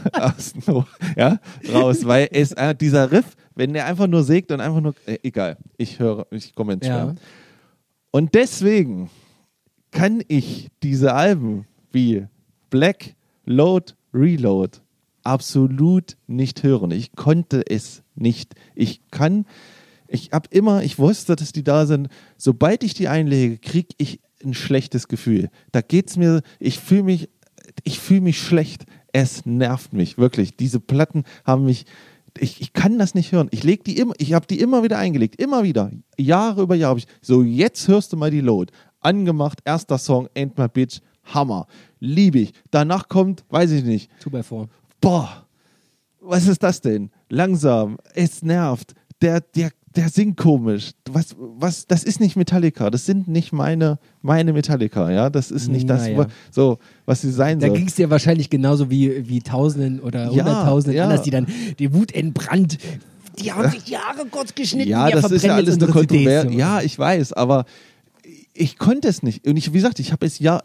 weil dieser Riff, wenn der einfach nur sägt und einfach nur, egal, ich kommentiere. Ja. Und deswegen kann ich diese Alben wie Black, Load, Reload absolut nicht hören. Ich konnte es nicht. Ich wusste, dass die da sind. Sobald ich die einlege, kriege ich ein schlechtes Gefühl. Da geht's mir, ich fühle mich schlecht. Es nervt mich, wirklich. Diese Platten haben mich, ich kann das nicht hören. Ich habe die immer wieder eingelegt, immer wieder. Jahre über Jahre habe ich, so jetzt hörst du mal die Load. Angemacht, erster Song, Ain't My Bitch, Hammer. Liebe ich. Danach kommt, weiß ich nicht. 2x4. Boah, was ist das denn? Langsam, es nervt. Der singt komisch. Das ist nicht Metallica. Das sind nicht meine Metallica, ja. Das ist nicht das, was sie sein soll. Da ging es dir wahrscheinlich genauso wie Tausenden oder Hunderttausenden anders, die dann die Wut entbrannt. Die haben sich die Haare kurz geschnitten. Ja, das ist ja alles eine Kontroverse. Ja, ich weiß, aber ich konnte es nicht. Und wie gesagt, ich habe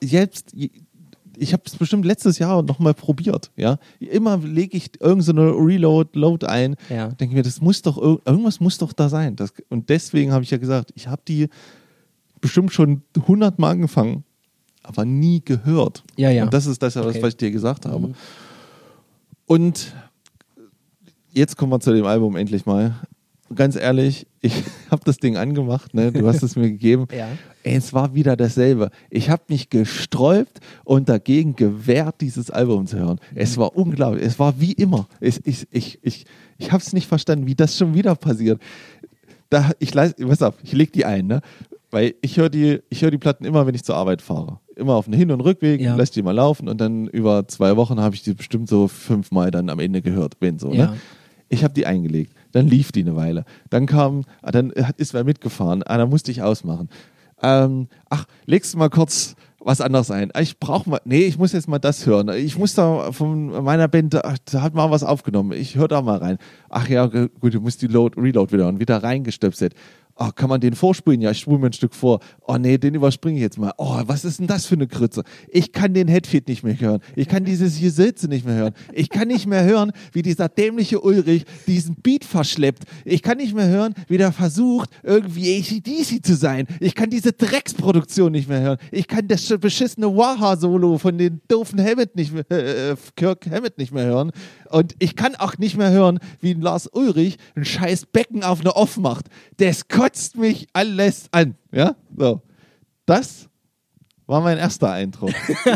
es bestimmt letztes Jahr nochmal probiert. Ja? Immer lege ich irgendeine Load ein. Ja. Denke mir, irgendwas muss doch da sein. Und deswegen habe ich ja gesagt, ich habe die bestimmt schon 100 Mal angefangen, aber nie gehört. Ja. Und das ist das, was ich dir gesagt habe. Mhm. Und jetzt kommen wir zu dem Album endlich mal. ganz ehrlich, ich habe das Ding angemacht, ne? Du hast es mir gegeben. Ja. Ey, es war wieder dasselbe. Ich habe mich gesträubt und dagegen gewehrt, dieses Album zu hören. Es war unglaublich. Es war wie immer. Ich habe es nicht verstanden, wie das schon wieder passiert. Pass auf, ich leg die ein, ne? Weil ich höre die Platten immer, wenn ich zur Arbeit fahre. Immer auf den Hin- und Rückweg, lass die mal laufen und dann über 2 Wochen habe ich die bestimmt so 5-mal dann am Ende gehört, wenn so, ne? Ich habe die eingelegt, dann lief die eine Weile. Dann ist wer mitgefahren, dann musste ich ausmachen. Legst du mal kurz was anderes ein. Ich muss jetzt mal das hören. Ich muss da von meiner Band, da hat mal was aufgenommen. Ich höre da mal rein. Ach ja, gut, du musst die Reload wieder hören. Wieder reingestöpselt. Oh, kann man den vorspulen? Ja, ich spule mir ein Stück vor. Oh nee, den überspringe ich jetzt mal. Oh, was ist denn das für eine Krütze? Ich kann den Headfeed nicht mehr hören. Ich kann dieses Gesitze nicht mehr hören. Ich kann nicht mehr hören, wie dieser dämliche Ulrich diesen Beat verschleppt. Ich kann nicht mehr hören, wie der versucht, irgendwie AC/DC zu sein. Ich kann diese Drecksproduktion nicht mehr hören. Ich kann das beschissene Waha-Solo von den doofen Kirk Hammett nicht mehr hören. Und ich kann auch nicht mehr hören, wie Lars Ulrich ein scheiß Becken auf eine Off macht. Das kotzt mich alles an. Ja, so. Das war mein erster Eindruck.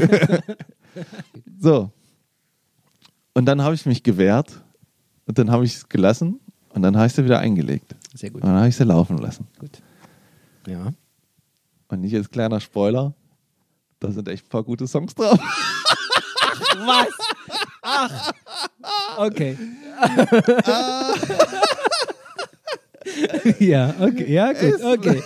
So. Und dann habe ich mich gewehrt und dann habe ich es gelassen und dann habe ich sie wieder eingelegt. Sehr gut. Und dann habe ich sie laufen lassen. Gut. Ja. Und nicht als kleiner Spoiler, da sind echt ein paar gute Songs drauf. Was? Ach. Okay. Ja, okay. Ja, gut. Okay.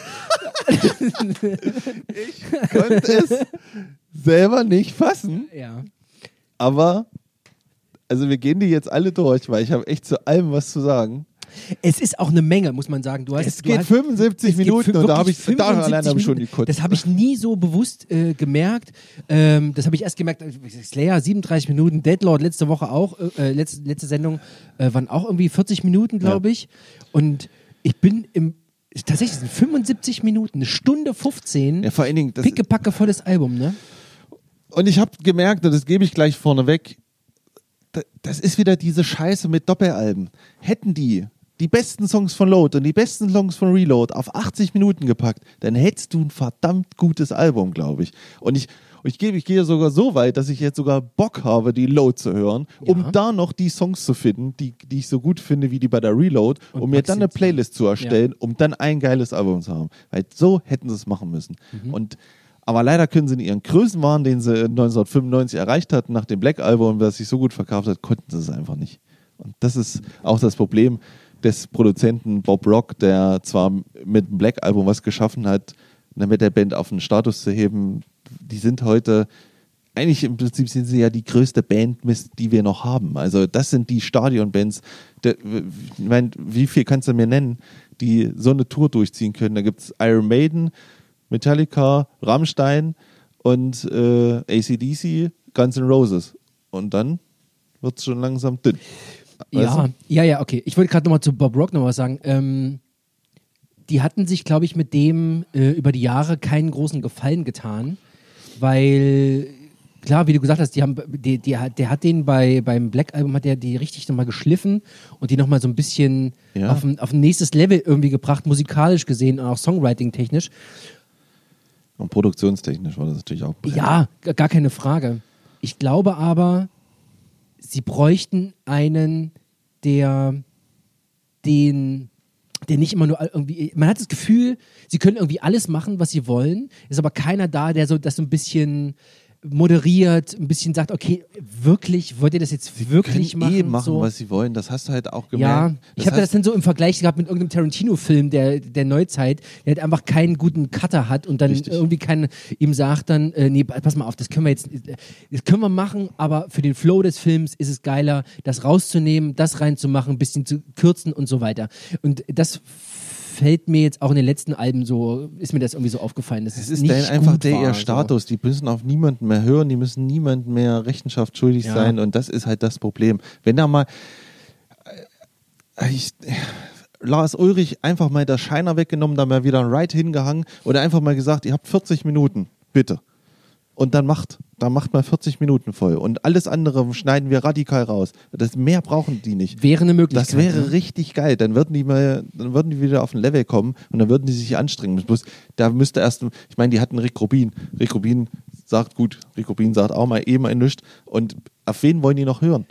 Ich konnte es selber nicht fassen. Ja. Aber, also wir gehen die jetzt alle durch, weil ich habe echt zu allem was zu sagen. Es ist auch eine Menge, muss man sagen. Es geht 75 Minuten und da habe ich schon die Kurz. Das habe ich nie so bewusst gemerkt. Das habe ich erst gemerkt, Slayer 37 Minuten, Deadlord letzte Woche auch, letzte Sendung waren auch irgendwie 40 Minuten, glaube ich. Und ich bin tatsächlich sind 75 Minuten, 1:15. Ja, vor allen Dingen pickepacke volles Album, ne? Und ich habe gemerkt, und das gebe ich gleich vorneweg, das ist wieder diese Scheiße mit Doppelalben. Hätten die besten Songs von Load und die besten Songs von Reload auf 80 Minuten gepackt, dann hättest du ein verdammt gutes Album, glaube ich. Und ich gehe sogar so weit, dass ich jetzt sogar Bock habe, die Load zu hören, um da noch die Songs zu finden, die ich so gut finde, wie die bei der Reload, um mir dann eine Playlist zu erstellen, um dann ein geiles Album zu haben. Weil so hätten sie es machen müssen. Aber leider können sie in ihren Größenwahn, den sie 1995 erreicht hatten, nach dem Black Album, das sich so gut verkauft hat, konnten sie es einfach nicht. Und das ist auch das Problem des Produzenten Bob Rock, der zwar mit dem Black Album was geschaffen hat, mit der Band auf den Status zu heben. Die sind heute, eigentlich im Prinzip sind sie ja die größte Band, die wir noch haben. Also das sind die Stadionbands. Ich meine, wie viel kannst du mir nennen, die so eine Tour durchziehen können? Da gibt es Iron Maiden, Metallica, Rammstein und AC/DC, Guns N' Roses. Und dann wird es schon langsam dünn. Ja, okay. Ich wollte gerade nochmal zu Bob Rock noch was sagen. Die hatten sich, glaube ich, mit dem über die Jahre keinen großen Gefallen getan, weil, klar, wie du gesagt hast, der hat den beim Black Album, hat der die richtig nochmal geschliffen und die nochmal so ein bisschen auf ein nächstes Level irgendwie gebracht, musikalisch gesehen und auch Songwriting-technisch. Und produktionstechnisch war das natürlich auch brennend. Ja, gar keine Frage. Ich glaube aber, sie bräuchten einen, der nicht immer nur irgendwie, man hat das Gefühl, sie können irgendwie alles machen, was sie wollen, ist aber keiner da, der so das so ein bisschen moderiert, ein bisschen sagt, okay, wirklich, wollt ihr das jetzt wirklich machen? Machen, so? was sie wollen, das hast du halt auch gemerkt. Ja, ich habe das dann so im Vergleich gehabt mit irgendeinem Tarantino-Film der Neuzeit, der halt einfach keinen guten Cutter hat und dann irgendwie ihm sagt dann, nee, pass mal auf, das können wir machen, aber für den Flow des Films ist es geiler, das rauszunehmen, das reinzumachen, ein bisschen zu kürzen und so weiter. Und das fällt mir jetzt auch in den letzten Alben so, ist mir das irgendwie so aufgefallen. Das ist nicht einfach gut ihr Status. Die müssen auf niemanden mehr hören, die müssen niemandem mehr Rechenschaft schuldig sein und das ist halt das Problem. Wenn da mal Lars Ulrich einfach mal der Shiner weggenommen, da mal wieder ein Ride hingehangen oder einfach mal gesagt, ihr habt 40 Minuten, bitte. und dann macht mal 40 Minuten voll. Und alles andere schneiden wir radikal raus. Mehr brauchen die nicht. Wäre eine Möglichkeit. Das wäre richtig geil. Dann würden die wieder auf ein Level kommen und dann würden die sich anstrengen. Da müsste erst, ich meine, die hatten Rick Rubin. Rick Rubin sagt auch mal nichts. Und auf wen wollen die noch hören?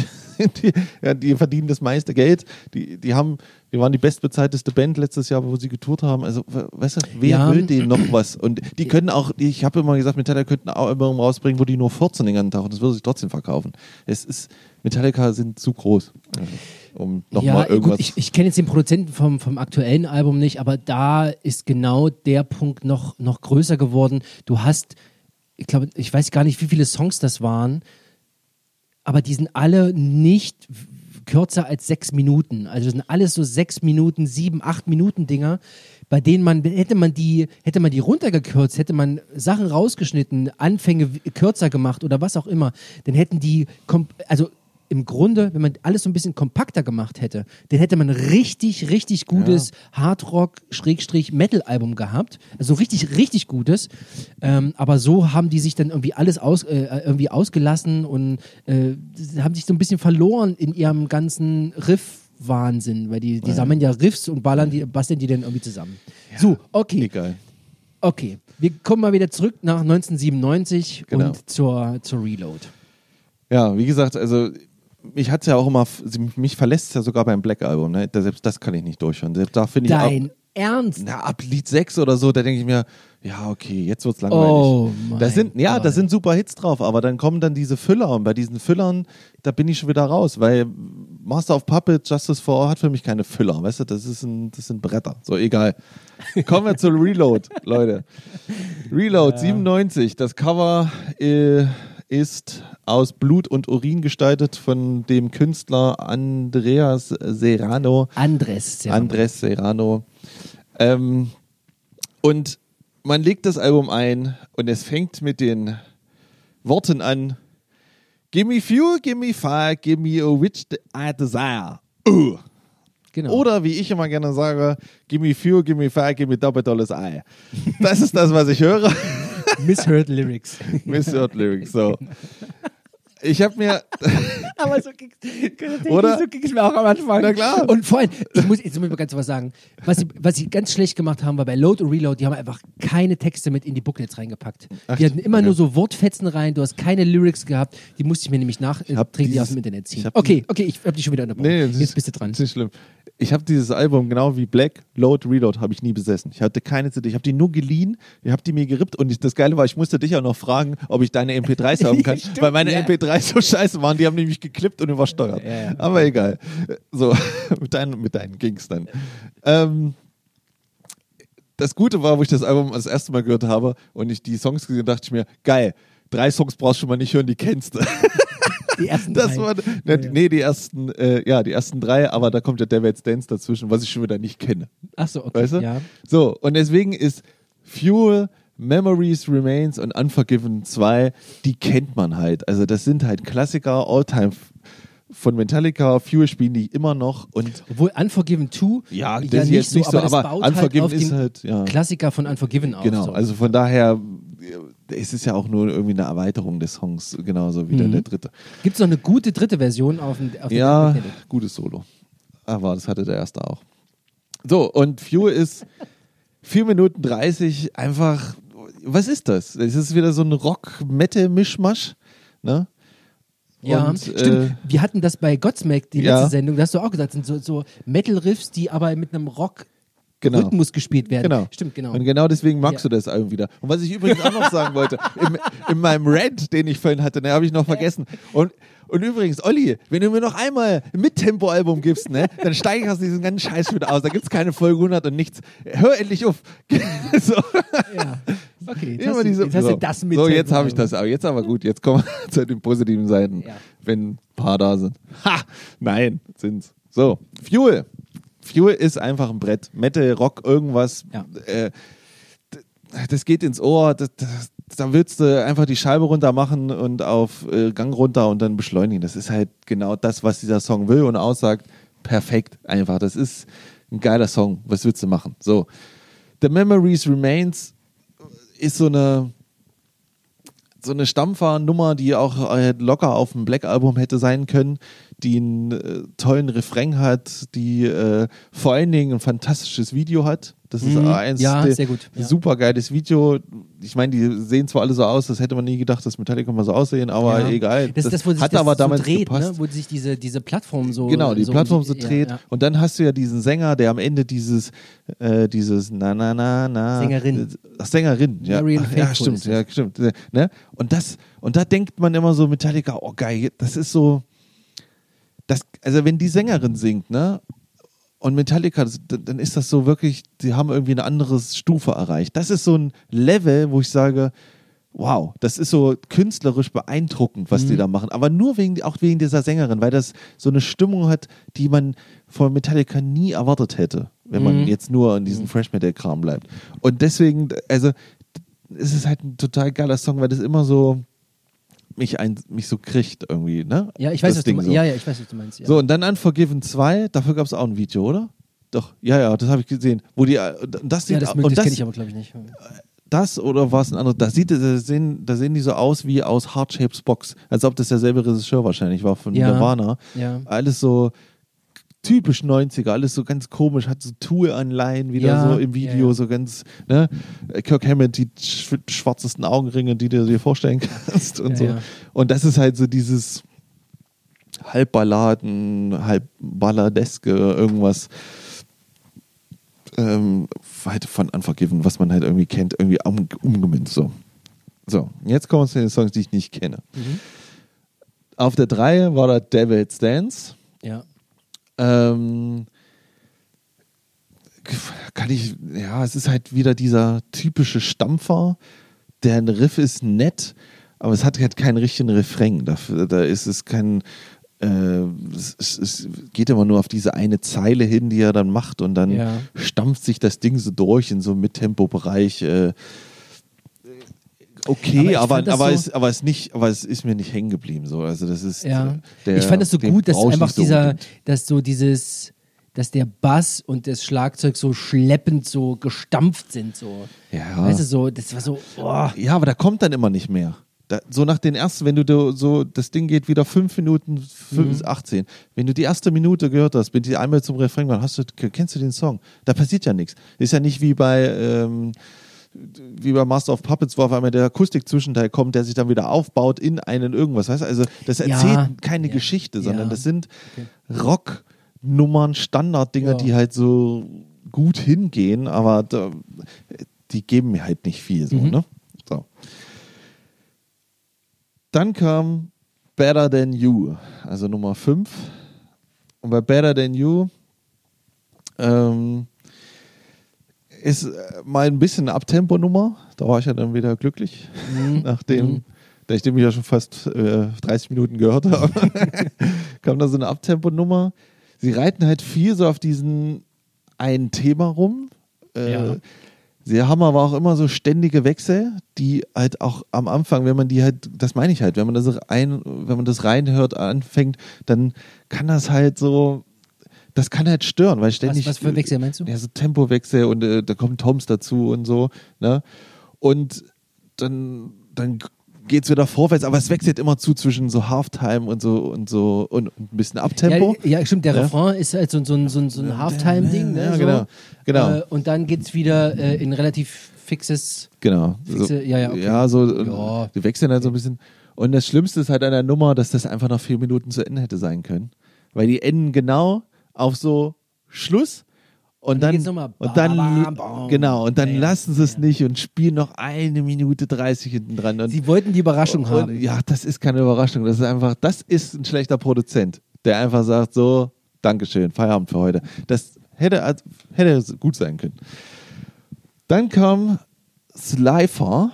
Die verdienen das meiste Geld. Die waren die bestbezahlteste Band letztes Jahr, wo sie getourt haben. Also, weißt du, wer will denen noch was? Und die können auch, ich habe immer gesagt, Metallica könnten auch Alben rausbringen, wo die nur 14 den ganzen Tag und das würde sich trotzdem verkaufen. Metallica sind zu groß, um nochmal irgendwas... Gut, ich kenne jetzt den Produzenten vom aktuellen Album nicht, aber da ist genau der Punkt noch größer geworden. Du hast, ich weiß gar nicht, wie viele Songs das waren, aber die sind alle nicht kürzer als 6 Minuten. Also das sind alles so 6 Minuten, 7, 8 Minuten Dinger, bei denen hätte man die runtergekürzt, hätte man Sachen rausgeschnitten, Anfänge kürzer gemacht oder was auch immer, dann hätten die, also im Grunde, wenn man alles so ein bisschen kompakter gemacht hätte, dann hätte man richtig, richtig gutes Hardrock-Metal-Album gehabt. Also richtig, richtig gutes. Aber so haben die sich dann irgendwie alles irgendwie ausgelassen und haben sich so ein bisschen verloren in ihrem ganzen Riff-Wahnsinn, weil die sammeln ja Riffs und basteln die dann irgendwie zusammen. Ja, so, okay. Egal. Okay, wir kommen mal wieder zurück nach 1997 genau. Und zur Reload. Ja, wie gesagt, also mich hat's ja auch immer, mich verlässt es ja sogar beim Black Album, ne? Selbst das kann ich nicht durchhören. Da finde ich Dein Ernst? Na, ab Lied 6 oder so, da denke ich mir, ja, okay, jetzt wird's langweilig. Oh da sind super Hits drauf, aber dann kommen dann diese Füller und bei diesen Füllern, da bin ich schon wieder raus, weil Master of Puppets, Justice for All hat für mich keine Füller, weißt du, das sind Bretter, so egal. Kommen wir zu Reload, Leute. Reload 97, das Cover ist aus Blut und Urin gestaltet von dem Künstler Andres Serrano. Und man legt das Album ein und es fängt mit den Worten an: Gimme fuel, gimme fire, give me a witch I desire. Genau. Oder wie ich immer gerne sage, gimme fuel, gimme fire, give me doppeltolles Ei. Das ist das, was ich höre. Misheard Lyrics. So. Ich habe mir... Aber so ging es mir auch am Anfang. Na klar. Und vor allem, jetzt muss ich mal ganz was sagen, was sie ganz schlecht gemacht haben, war bei Load und Reload, die haben einfach keine Texte mit in die Booklets reingepackt. Die hatten immer nur so Wortfetzen rein, du hast keine Lyrics gehabt, die musste ich mir nämlich nachträglich aus dem Internet ziehen. Okay, ich habe dich schon wieder unterbrochen. Nee, jetzt bist du dran. Das ist nicht schlimm. Ich habe dieses Album, genau wie Black, Load, Reload, habe ich nie besessen. Ich hatte keine CD, ich habe die nur geliehen, ich habe die mir gerippt und das Geile war, ich musste dich auch noch fragen, ob ich deine MP3s haben kann, weil meine MP3s so scheiße waren, die haben nämlich geklippt und übersteuert. Ja. Aber egal. So, mit deinen ging's dann. Das Gute war, wo ich das Album das erste Mal gehört habe und ich die Songs gesehen habe, dachte ich mir, geil, 3 Songs brauchst du schon mal nicht hören, die kennst du. Die ersten die ersten 3, aber da kommt ja Devil's Dance dazwischen, was ich schon wieder nicht kenne. Ach so, okay. Weißt du? Ja. So, und deswegen ist Fuel, Memories Remains und Unforgiven 2, die kennt man halt. Also das sind halt Klassiker, Alltime von Metallica. Fuel spielen die immer noch. Und obwohl Unforgiven 2 ja das ist jetzt nicht so, aber Unforgiven ist halt Klassiker von Unforgiven auch. Genau, so. also von daher es ist ja auch nur irgendwie eine Erweiterung des Songs, genauso wie der dritte. Gibt es noch eine gute dritte Version auf dem Ja, gutes Solo. Aber das hatte der erste auch. So, und Fuel ist 4 Minuten 30, einfach, was ist das? Es ist wieder so ein Rock-Metal-Mischmasch, ne? Ja, und, stimmt. Wir hatten das bei Godsmack, die letzte Sendung, da hast du auch gesagt, sind so Metal-Riffs, die aber mit einem Rock-Rhythmus gespielt werden. Genau. Stimmt, genau. Und genau deswegen magst du das Album wieder. Und was ich übrigens auch noch sagen wollte, in meinem Rant, den ich vorhin hatte, habe ich noch vergessen. Und übrigens, Olli, wenn du mir noch einmal ein Mittempo-Album gibst, ne, dann steige ich aus diesem ganzen Scheiß wieder aus. Da gibt es keine Folge 100 und nichts. Hör endlich auf. So. Ja. Okay, jetzt hast du das mit. So, jetzt habe ich das. Aber jetzt aber gut. Jetzt kommen wir zu den positiven Seiten, wenn ein paar da sind. Ha! Nein, sind's. So, Fuel. Fuel ist einfach ein Brett. Metal, Rock, irgendwas. Ja. Das geht ins Ohr. Da willst du einfach die Scheibe runter machen und auf Gang runter und dann beschleunigen. Das ist halt genau das, was dieser Song will und aussagt. Perfekt einfach. Das ist ein geiler Song. Was willst du machen? So. The Memories Remains ist so eine so eine Stammfahrnummer, die auch locker auf dem Black-Album hätte sein können, die einen tollen Refrain hat, die vor allen Dingen ein fantastisches Video hat. Das ist sehr gut. Super geiles Video. Ich meine, die sehen zwar alle so aus, das hätte man nie gedacht, dass Metallica mal so aussehen, aber egal. Das wo sich hat das aber so damals dreht, gepasst. ne? Wo sich diese Plattform so... Genau, die Plattform so dreht. Ja. Und dann hast du ja diesen Sänger, der am Ende dieses Sängerin. Sängerin, ja. Marian Ja, Faithfull stimmt. Ne? Und da denkt man immer so, Metallica, oh geil, das ist so... Also wenn die Sängerin singt, ne? Und Metallica, dann ist das so wirklich, die haben irgendwie eine andere Stufe erreicht. Das ist so ein Level, wo ich sage, wow, das ist so künstlerisch beeindruckend, was die da machen. Aber nur auch wegen dieser Sängerin, weil das so eine Stimmung hat, die man von Metallica nie erwartet hätte, wenn man jetzt nur in diesem Thrash-Metal-Kram bleibt. Und deswegen, also, es ist halt ein total geiler Song, weil das immer so mich so kriegt irgendwie, ne? Ja, ich weiß, das was du Ding meinst. so. Ja, ich weiß, was du meinst. Ja. So, und dann Unforgiven 2, dafür gab es auch ein Video, oder? Doch, ja, das habe ich gesehen. Wo die, das das kenne ich aber, glaube ich, nicht. Das oder war es ein anderes? Da sehen die so aus wie aus Heart Shapes Box, als ob das derselbe Regisseur wahrscheinlich war von Nirvana. Ja. Alles so typisch 90er, alles so ganz komisch, hat so Tool-Anleihen wieder so im Video, so ganz, ne? Kirk Hammett, die schwarzesten Augenringe, die du dir vorstellen kannst und so. Ja. Und das ist halt so dieses Halbballaden, Halbballadeske, irgendwas halt von Unforgiven, was man halt irgendwie kennt, irgendwie umgemünzt. So, jetzt kommen wir zu den Songs, die ich nicht kenne. Auf der 3 war da Devil's Dance. Ja. Es ist halt wieder dieser typische Stampfer. Der Riff ist nett, aber es hat halt keinen richtigen Refrain. Da ist es kein. Es geht immer nur auf diese eine Zeile hin, die er dann macht, und dann stampft sich das Ding so durch in so einem Mittempo-Bereich. Okay, aber es ist mir nicht hängen geblieben. So. Also das ist ich fand das so gut, dass einfach dass der Bass und das Schlagzeug so schleppend so gestampft sind. So. Ja. Weißt du, so, das war so, oh. Ja, aber da kommt dann immer nicht mehr. So nach den ersten, wenn du so, das Ding geht wieder 5 Minuten, 18. Wenn du die erste Minute gehört hast, wenn die einmal zum Refrain waren, kennst du den Song? Da passiert ja nichts. Ist ja nicht wie bei Master of Puppets, wo auf einmal der Akustik-Zwischenteil kommt, der sich dann wieder aufbaut in einen irgendwas. Weißt du? Also das erzählt keine Geschichte, sondern das sind Rocknummern, Standarddinger, die halt so gut hingehen, aber die geben mir halt nicht viel. So, ne? So. Dann kam Better Than You, also Nummer 5. Und bei Better Than You ist mal ein bisschen eine Abtempo-Nummer. Da war ich ja dann wieder glücklich, nachdem ich ja schon fast 30 Minuten gehört habe. Kam da so eine Abtempo-Nummer. Sie reiten halt viel so auf diesen einen Thema rum. Sie haben aber auch immer so ständige Wechsel, die halt auch am Anfang, wenn man die halt, das meine ich halt, wenn man das reinhört, anfängt, dann kann das halt so, das kann halt stören, weil ständig. Was für Wechsel meinst du? Ja, so Tempowechsel und da kommen Toms dazu und so, ne? Und dann geht's wieder vorwärts, aber es wechselt immer zwischen so Halftime und ein bisschen Abtempo. Ja, stimmt, der Refrain ist halt so ein Halftime-Ding, ne? Ja, genau. Und dann geht's wieder in relativ fixes. Genau. Okay. Die wechseln halt so ein bisschen. Und das Schlimmste ist halt an der Nummer, dass das einfach nach 4 Minuten zu Ende hätte sein können. Weil die enden genau auf so Schluss. Und dann lassen sie es nicht und spielen noch 1 Minute 30 hinten dran. Und, sie wollten die Überraschung haben. Ja, das ist keine Überraschung. Das ist ein schlechter Produzent, der einfach sagt so, Dankeschön, Feierabend für heute. Das hätte gut sein können. Dann kam Slither,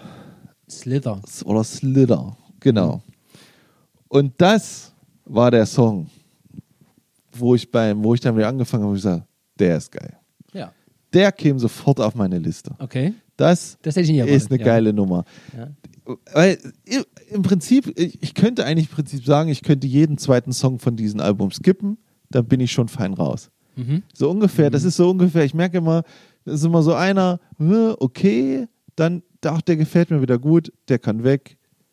genau. Und das war der Song, wo ich dann wieder angefangen habe und gesagt, der ist geil. Ja. Der käme sofort auf meine Liste. Okay. Das hätte ich nicht erwartet. Ist eine geile Nummer. Ja. Weil im Prinzip, ich könnte eigentlich im Prinzip sagen, ich könnte jeden zweiten Song von diesem Album skippen, dann bin ich schon fein raus. So ungefähr, das ist so ungefähr, ich merke immer, das ist immer so einer, okay, dann, der gefällt mir wieder gut, der kann weg,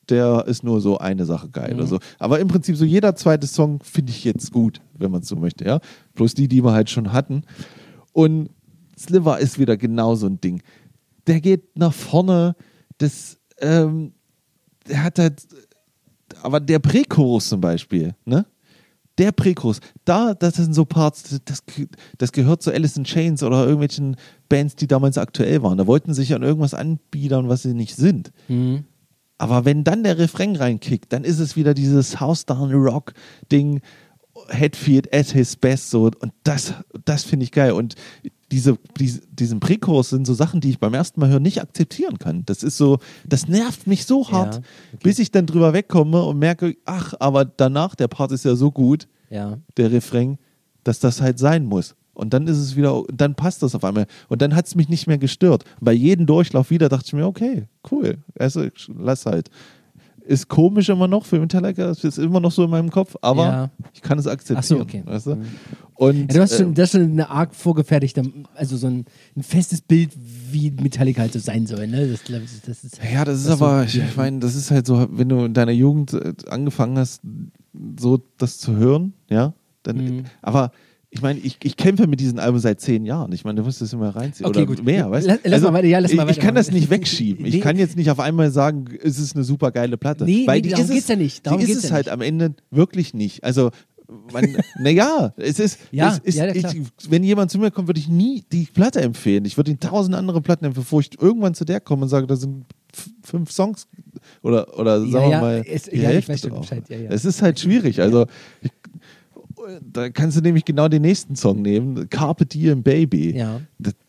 der ist nur so eine Sache geil oder so. Aber im Prinzip so jeder zweite Song finde ich jetzt gut, wenn man es so möchte, ja. Bloß die wir halt schon hatten. Und Sliver ist wieder genau so ein Ding. Der geht nach vorne, der hat halt, aber der Prächorus zum Beispiel, ne? Der Prächorus, das sind so Parts, das gehört zu Alice in Chains oder irgendwelchen Bands, die damals aktuell waren. Da wollten sich an irgendwas anbiedern, was sie nicht sind. Mhm. Aber wenn dann der Refrain reinkickt, dann ist es wieder dieses House-Down-Rock-Ding, Hetfield at his best, so, und das finde ich geil. Und diesen Prächorus sind so Sachen, die ich beim ersten Mal hören nicht akzeptieren kann. Das ist so, das nervt mich so hart, bis ich dann drüber wegkomme und merke, ach, aber danach, der Part ist ja so gut, der Refrain, dass das halt sein muss. Und dann ist es wieder, dann passt das auf einmal. Und dann hat es mich nicht mehr gestört. Und bei jedem Durchlauf wieder dachte ich mir, okay, cool. Also lass halt. Ist komisch immer noch für Metallica, das ist immer noch so in meinem Kopf, aber ich kann es akzeptieren. Ach so, okay. Weißt du? Und, du hast schon eine arg vorgefertigte, also so ein festes Bild, wie Metallica halt so sein soll. Ne? Das ist ja, das ist aber, ich meine, das ist halt so, wenn du in deiner Jugend angefangen hast, so das zu hören, ja, dann, aber ich meine, ich kämpfe mit diesem Album seit 10 Jahren. Ich meine, du musst das immer reinziehen. Okay, oder gut. Mehr, weißt du? Lass mal weiter. Ich kann das nicht wegschieben. Ich kann jetzt nicht auf einmal sagen, es ist eine super geile Platte. Weil darum geht's ja nicht. Darum die geht's ist es ja halt nicht. am Ende wirklich nicht. Also, es ist, wenn jemand zu mir kommt, würde ich nie die Platte empfehlen. Ich würde ihm 1000 andere Platten empfehlen, bevor ich irgendwann zu der komme und sage, da sind 5 Songs oder sagen wir mal die Hälfte ich weiß schon drauf. Bescheid. Ja. Es ist halt schwierig. Also, da kannst du nämlich genau den nächsten Song nehmen, Carpe Diem Baby. Ja.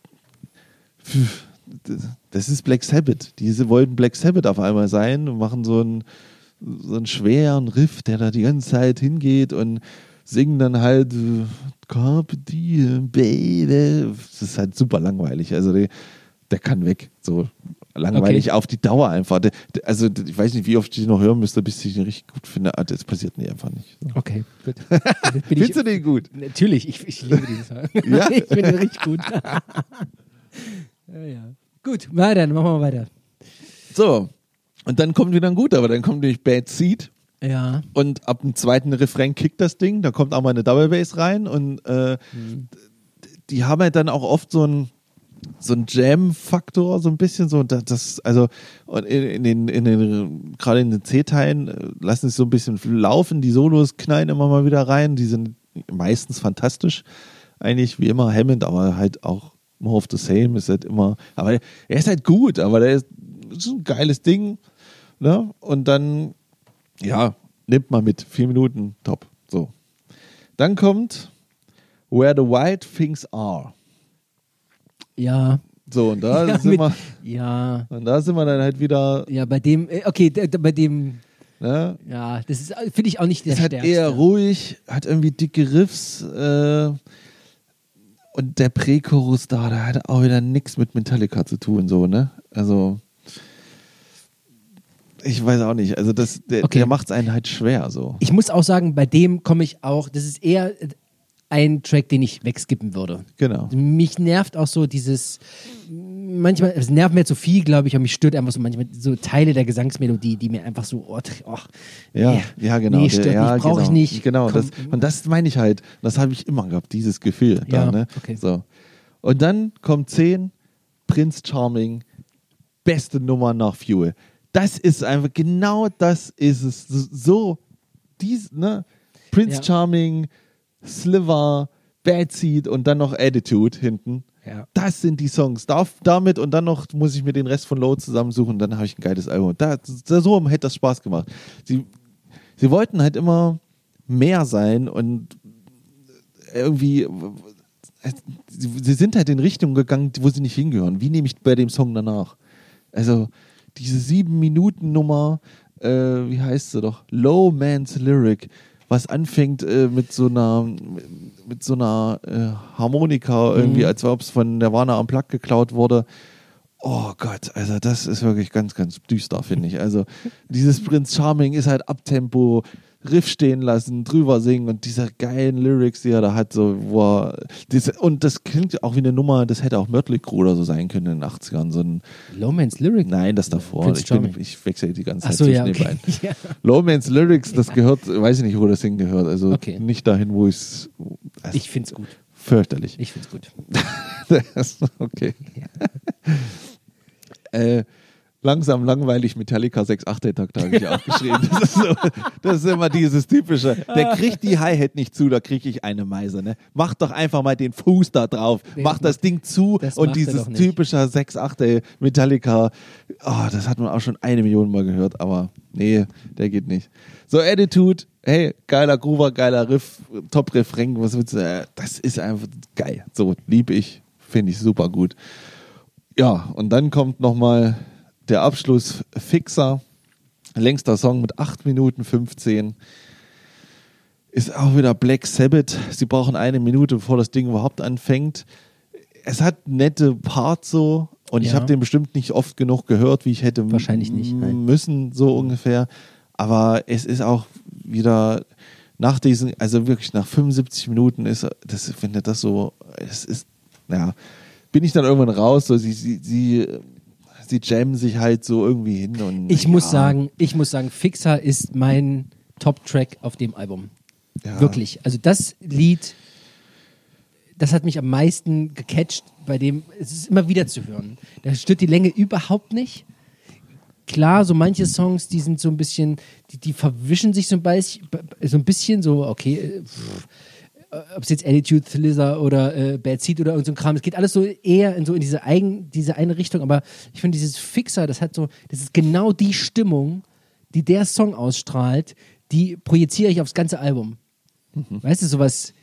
Das ist Black Sabbath. Diese wollten Black Sabbath auf einmal sein und machen so einen schweren Riff, der da die ganze Zeit hingeht und singen dann halt Carpe Diem Baby. Das ist halt super langweilig. Also der kann weg. So langweilig auf die Dauer einfach. Also ich weiß nicht, wie oft ich den noch hören müsste, bis ich den richtig gut finde. Das passiert mir einfach nicht. So. Okay, gut. Findest du den gut? Natürlich, ich liebe den Song. Ja? Ich finde den richtig gut. ja. Gut, dann machen wir weiter. So, und dann kommt wieder ein guter, aber dann kommt nämlich Bad Seed. Ja. Und ab dem zweiten Refrain kickt das Ding, da kommt auch mal eine Double Bass rein und die haben halt dann auch oft so einen Jam-Faktor, so ein bisschen so, also und gerade in den C-Teilen lassen sich so ein bisschen laufen, die Solos knallen immer mal wieder rein, die sind meistens fantastisch, eigentlich wie immer Hammond, aber halt auch more of the same, ist halt immer, aber er ist halt gut, aber der ist ein geiles Ding, ne? Und dann, ja, nimmt man mit, 4 Minuten, top, so. Dann kommt Where the White Things Are. Ja. So, und da sind wir dann halt wieder. Ja, bei dem, bei dem. Ne? Ja, das ist, finde ich auch nicht der stärkste. Ist halt eher ruhig, hat irgendwie dicke Riffs und der Prächorus da hat auch wieder nichts mit Metallica zu tun, so, ne? Also, ich weiß auch nicht. Also, der macht es einen halt schwer, so. Ich muss auch sagen, bei dem komme ich auch, das ist eher ein Track, den ich wegskippen würde. Genau. Mich nervt auch so manchmal, es nervt mir zu viel, glaube ich, und mich stört einfach so manchmal so Teile der Gesangsmelodie, die mir einfach so, ja, genau. Nee, stört mich, brauche ich nicht. Genau, und das meine ich halt, das habe ich immer gehabt, dieses Gefühl. Ja, da, ne? Okay. So. Und dann kommt 10, Prince Charming, beste Nummer nach Fuel. Das ist einfach, genau das ist es. So, ne? Prince Charming, Sliver, Bad Seed und dann noch Attitude hinten. Ja. Das sind die Songs. Damit und dann noch muss ich mir den Rest von Load zusammensuchen und dann habe ich ein geiles Album. So hätte das Spaß gemacht. Sie wollten halt immer mehr sein und irgendwie sie sind halt in Richtungen gegangen, wo sie nicht hingehören. Wie nehme ich bei dem Song danach? Also diese 7-Minuten-Nummer, wie heißt sie doch? Low Man's Lyric, was anfängt mit so einer Harmonika irgendwie, als ob es von Nirvana am Plug geklaut wurde. Oh Gott, also das ist wirklich ganz, ganz düster, finde ich. Also dieses Prince Charming ist halt Abtempo, Riff stehen lassen, drüber singen und diese geilen Lyrics, die er da hat, so, und das klingt auch wie eine Nummer, das hätte auch Mötley Crüe oder so sein können in den 80ern. So ein Low-Man's Lyrics? Nein, das davor. Ich wechsle die ganze Zeit zwischen den beiden. Ja. Low-Man's Lyrics, das gehört, weiß ich nicht, wo das hingehört. Also nicht dahin, wo ich finde es gut. Fürchterlich. Ich finde es gut. Okay. Langsam langweilig Metallica 6/8-Takt habe ich aufgeschrieben. Das ist immer dieses typische. Der kriegt die Hi-Hat nicht zu, da kriege ich eine Meise. Ne? Mach doch einfach mal den Fuß da drauf. Mach das Ding zu und dieses typische 6/8 Metallica, das hat man auch schon 1 Million Mal gehört, aber nee, der geht nicht. So, Attitude, hey, geiler Groover, geiler Riff, Top-Refrain, was willst du? Das ist einfach geil. So, liebe ich, finde ich super gut. Ja, und dann kommt nochmal der Abschluss, Fixer, längster Song mit 8 Minuten 15. Ist auch wieder Black Sabbath. Sie brauchen 1 Minute, bevor das Ding überhaupt anfängt. Es hat nette Parts so und ich habe den bestimmt nicht oft genug gehört, wie ich hätte wahrscheinlich nicht müssen, so ungefähr. Aber es ist auch wieder nach diesen, also wirklich nach 75 Minuten finde das so, es ist, ja, bin ich dann irgendwann raus, so sie jammen sich halt so irgendwie hin. Und ich muss sagen, Fixer ist mein Top-Track auf dem Album. Ja. Wirklich. Also das Lied, das hat mich am meisten gecatcht, bei dem, es ist immer wieder zu hören. Da stört die Länge überhaupt nicht. Klar, so manche Songs, die sind so ein bisschen, die verwischen sich so ein bisschen so, okay, ob es jetzt Attitude, Thriller oder Bad Seed oder irgend so ein Kram, es geht alles so eher in diese eine Richtung, aber ich finde dieses Fixer, das ist genau die Stimmung, die der Song ausstrahlt, die projiziere ich aufs ganze Album. Mhm. Weißt du, sowas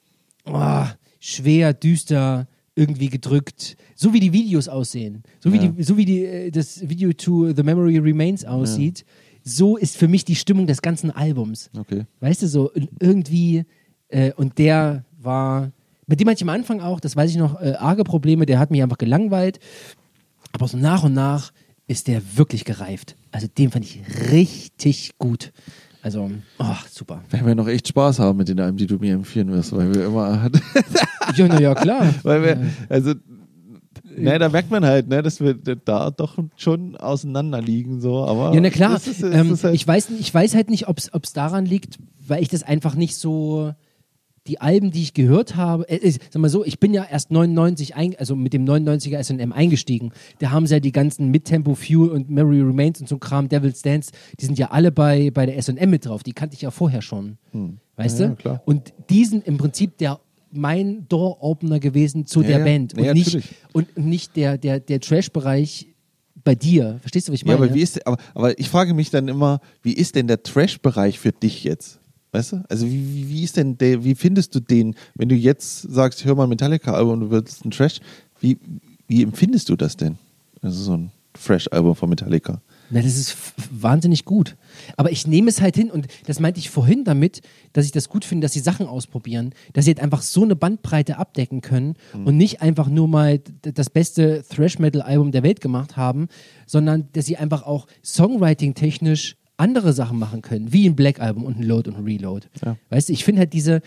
schwer, düster, irgendwie gedrückt, so wie die Videos aussehen, so wie das Video to The Memory Remains aussieht, so ist für mich die Stimmung des ganzen Albums. Okay. Weißt du, so irgendwie. Und der war, mit dem hatte ich am Anfang auch, das weiß ich noch, arge Probleme, der hat mich einfach gelangweilt. Aber so nach und nach ist der wirklich gereift. Also den fand ich richtig gut. Also, super. Werden wir noch echt Spaß haben mit den Alben, die du mir empfehlen wirst, weil wir immer... ja, klar. Weil wir, also... da merkt man halt, dass wir da doch schon auseinander liegen, so, aber... Ja, na klar. Ist halt ich weiß halt nicht, ob es daran liegt, weil ich das einfach nicht so... Die Alben, die ich gehört habe, sag mal so, ich bin ja erst 99, also mit dem 99er S&M eingestiegen. Da haben sie ja die ganzen Midtempo Fuel und Memory Remains und so ein Kram, Devil's Dance, die sind ja alle bei der S&M mit drauf. Die kannte ich ja vorher schon. Weißt du? Klar. Und die sind im Prinzip mein Door-Opener gewesen zu der Band. Und nicht der Trash-Bereich bei dir. Verstehst du, was ich meine? Ja, aber ich frage mich dann immer, wie ist denn der Trash-Bereich für dich jetzt? Weißt du? Also wie ist denn wie findest du den, wenn du jetzt sagst, hör mal Metallica-Album und du willst ein Trash, wie empfindest du das denn? Also so ein Fresh-Album von Metallica. Na, das ist wahnsinnig gut. Aber ich nehme es halt hin und das meinte ich vorhin damit, dass ich das gut finde, dass sie Sachen ausprobieren, dass sie halt einfach so eine Bandbreite abdecken können und nicht einfach nur mal das beste Thrash-Metal-Album der Welt gemacht haben, sondern dass sie einfach auch Songwriting-technisch andere Sachen machen können, wie ein Black Album und ein Load und ein Reload. Ja. Weißt du, ich finde halt diese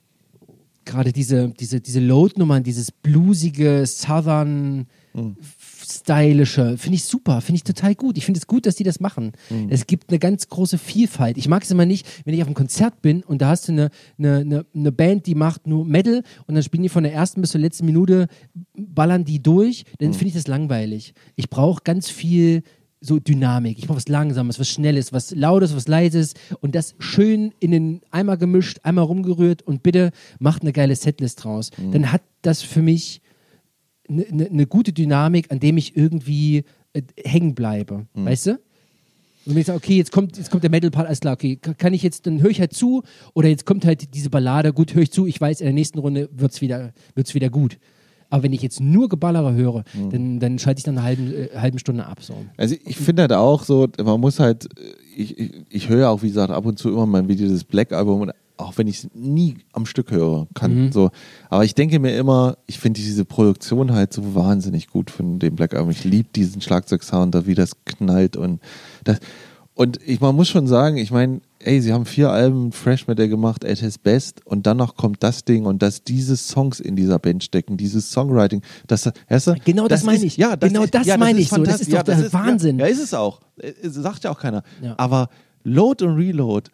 Load-Nummern, dieses bluesige, southern, stylische, finde ich super, finde ich total gut. Ich finde es gut, dass die das machen. Es gibt eine ganz große Vielfalt. Ich mag es immer nicht, wenn ich auf einem Konzert bin und da hast du eine Band, die macht nur Metal und dann spielen die von der ersten bis zur letzten Minute, ballern die durch, dann finde ich das langweilig. Ich brauche ganz viel so Dynamik. Ich brauche was Langsames, was Schnelles, was Lautes, was Leises und das schön in den Eimer gemischt, einmal rumgerührt und bitte macht eine geile Setlist draus. Dann hat das für mich eine gute Dynamik, an dem ich irgendwie hängen bleibe. Weißt du? Und wenn ich sage, okay, jetzt kommt der Metal-Part, alles klar, okay, kann ich jetzt, dann höre ich halt zu oder jetzt kommt halt diese Ballade, gut, höre ich zu, ich weiß, in der nächsten Runde wird's wieder gut. Aber wenn ich jetzt nur Geballere höre, dann schalte ich dann eine halbe Stunde ab. So. Also ich finde halt auch so, man muss halt, ich höre auch, wie gesagt, ab und zu immer mal wieder das Black Album und auch wenn ich es nie am Stück hören kann. So. Aber ich denke mir immer, ich finde diese Produktion halt so wahnsinnig gut von dem Black Album. Ich liebe diesen Schlagzeugsound, da wie das knallt und das. Und man muss schon sagen, ich meine, sie haben 4 Alben Thrash Metal gemacht, at his best, und dann noch kommt das Ding und dass diese Songs in dieser Band stecken, dieses Songwriting, weißt du, genau das meine ich. Ja, genau das meine ich. So, das ist doch der Wahnsinn. Ja, ist es auch. Sagt ja auch keiner. Ja. Aber Load und Reload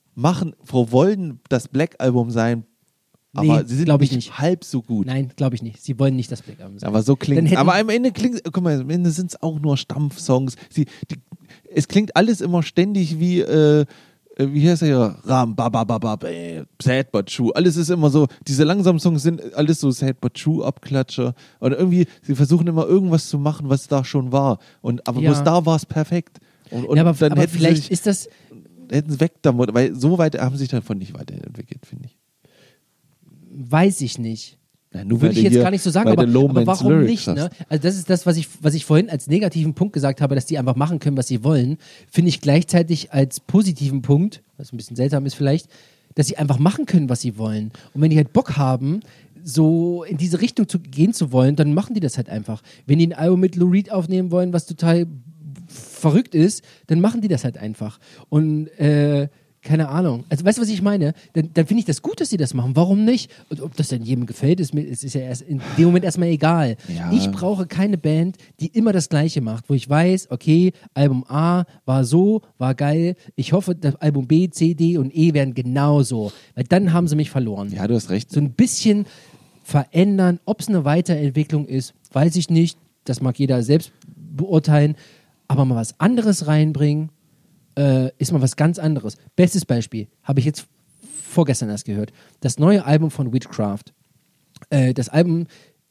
wollen das Black Album sein, aber sie sind nicht halb so gut. Nein, glaube ich nicht. Sie wollen nicht das Black Album sein. Aber so klingt. Aber am Ende guck mal, am Ende sind es auch nur Stampfsongs. Es klingt alles immer ständig wie heißt er ja? Ram, babababab, Sad But True. Alles ist immer so, diese langsamen Songs sind alles so Sad But True Abklatscher. Und irgendwie, sie versuchen immer irgendwas zu machen, was da schon war. Aber was da war es perfekt. Und aber dann aber vielleicht ist das. Hätten sie weg damit, weil so weit haben sie sich davon nicht weiterentwickelt, finde ich. Weiß ich nicht. Ja, würde ich jetzt gar nicht so sagen, aber warum nicht? Ne? Also das ist das, was ich vorhin als negativen Punkt gesagt habe, dass die einfach machen können, was sie wollen, finde ich gleichzeitig als positiven Punkt, was ein bisschen seltsam ist vielleicht, dass sie einfach machen können, was sie wollen. Und wenn die halt Bock haben, so in diese Richtung gehen zu wollen, dann machen die das halt einfach. Wenn die ein Album mit Lou Reed aufnehmen wollen, was total verrückt ist, dann machen die das halt einfach. Und keine Ahnung. Also weißt du, was ich meine? Dann finde ich das gut, dass sie das machen. Warum nicht? Und ob das dann jedem gefällt, ist ja erst in dem Moment erstmal egal. Ja. Ich brauche keine Band, die immer das Gleiche macht, wo ich weiß, okay, Album A war geil. Ich hoffe, das Album B, C, D und E werden genauso. Weil dann haben sie mich verloren. Ja, du hast recht. So ein bisschen verändern, ob es eine Weiterentwicklung ist, weiß ich nicht. Das mag jeder selbst beurteilen. Aber mal was anderes reinbringen, ist mal was ganz anderes. Bestes Beispiel, habe ich jetzt vorgestern erst gehört. Das neue Album von Witchcraft. Das Album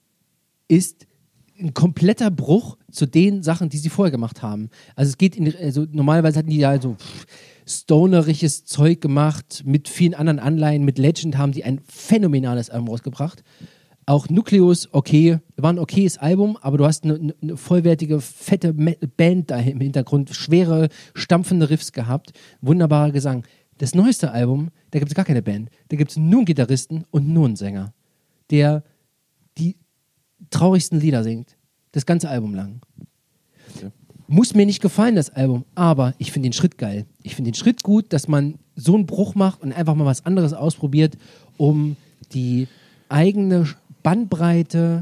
ist ein kompletter Bruch zu den Sachen, die sie vorher gemacht haben. Also es geht normalerweise hatten die ja so stonerisches Zeug gemacht, mit vielen anderen Anleihen, mit Legend haben die ein phänomenales Album rausgebracht. Auch Nucleus, okay, war ein okayes Album, aber du hast eine vollwertige, fette Band da im Hintergrund, schwere, stampfende Riffs gehabt, wunderbarer Gesang. Das neueste Album, da gibt es gar keine Band, da gibt es nur einen Gitarristen und nur einen Sänger, der die traurigsten Lieder singt, das ganze Album lang. Okay. Muss mir nicht gefallen, das Album, aber ich finde den Schritt geil. Ich finde den Schritt gut, dass man so einen Bruch macht und einfach mal was anderes ausprobiert, um die eigene Bandbreite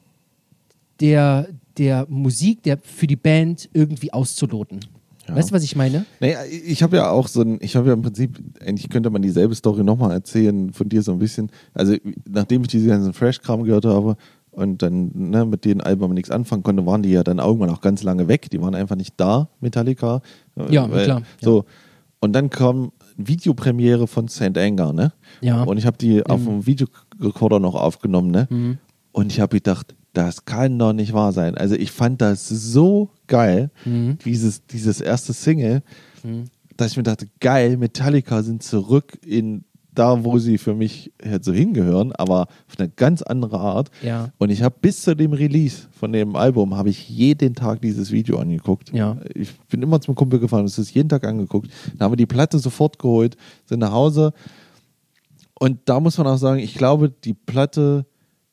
der Musik, für die Band irgendwie auszuloten. Ja. Weißt du, was ich meine? Naja, ich habe ja im Prinzip, eigentlich könnte man dieselbe Story nochmal erzählen von dir so ein bisschen. Also, nachdem ich diesen ganzen Fresh-Kram gehört habe und dann mit den Alben nichts anfangen konnte, waren die ja dann irgendwann auch ganz lange weg. Die waren einfach nicht da, Metallica. Ja, klar. So. Ja. Und dann kam Videopremiere von St. Anger, ne? Ja. Und ich habe die auf dem Videorekorder noch aufgenommen, ne? Mhm. Und ich habe gedacht, das kann doch nicht wahr sein. Also ich fand das so geil, dieses erste Single, dass ich mir dachte, geil, Metallica sind zurück in da, wo sie für mich halt so hingehören, aber auf eine ganz andere Art. Ja. Und ich habe bis zu dem Release von dem Album, habe ich jeden Tag dieses Video angeguckt. Ja. Ich bin immer zum Kumpel gefahren, das ist jeden Tag angeguckt. Dann haben wir die Platte sofort geholt, sind nach Hause. Und da muss man auch sagen, ich glaube, die Platte,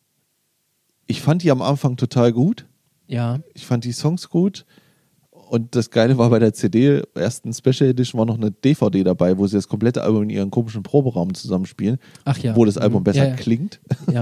ich fand die am Anfang total gut. Ja. Ich fand die Songs gut. Und das Geile war bei der CD, ersten Special Edition war noch eine DVD dabei, wo sie das komplette Album in ihren komischen Proberaum zusammenspielen. Ach ja. Wo das Album besser klingt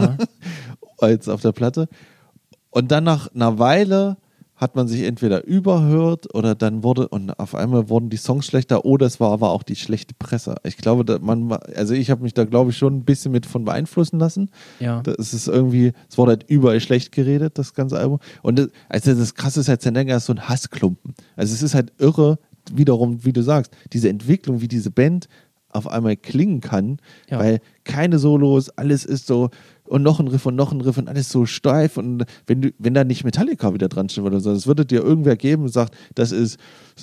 als auf der Platte. Und dann nach einer Weile hat man sich entweder überhört oder dann auf einmal wurden die Songs schlechter oder es war aber auch die schlechte Presse. Ich glaube, ich habe mich da, glaube ich, schon ein bisschen mit von beeinflussen lassen. Ja. Es wurde halt überall schlecht geredet, das ganze Album. Und das Krasse ist halt, St. Anger ist so ein Hassklumpen. Also es ist halt irre, wiederum, wie du sagst, diese Entwicklung, wie diese Band auf einmal klingen kann, weil keine Solos, alles ist so und noch ein Riff und alles so steif und wenn da nicht Metallica wieder dran steht oder so, das würde dir irgendwer geben und sagt, das ist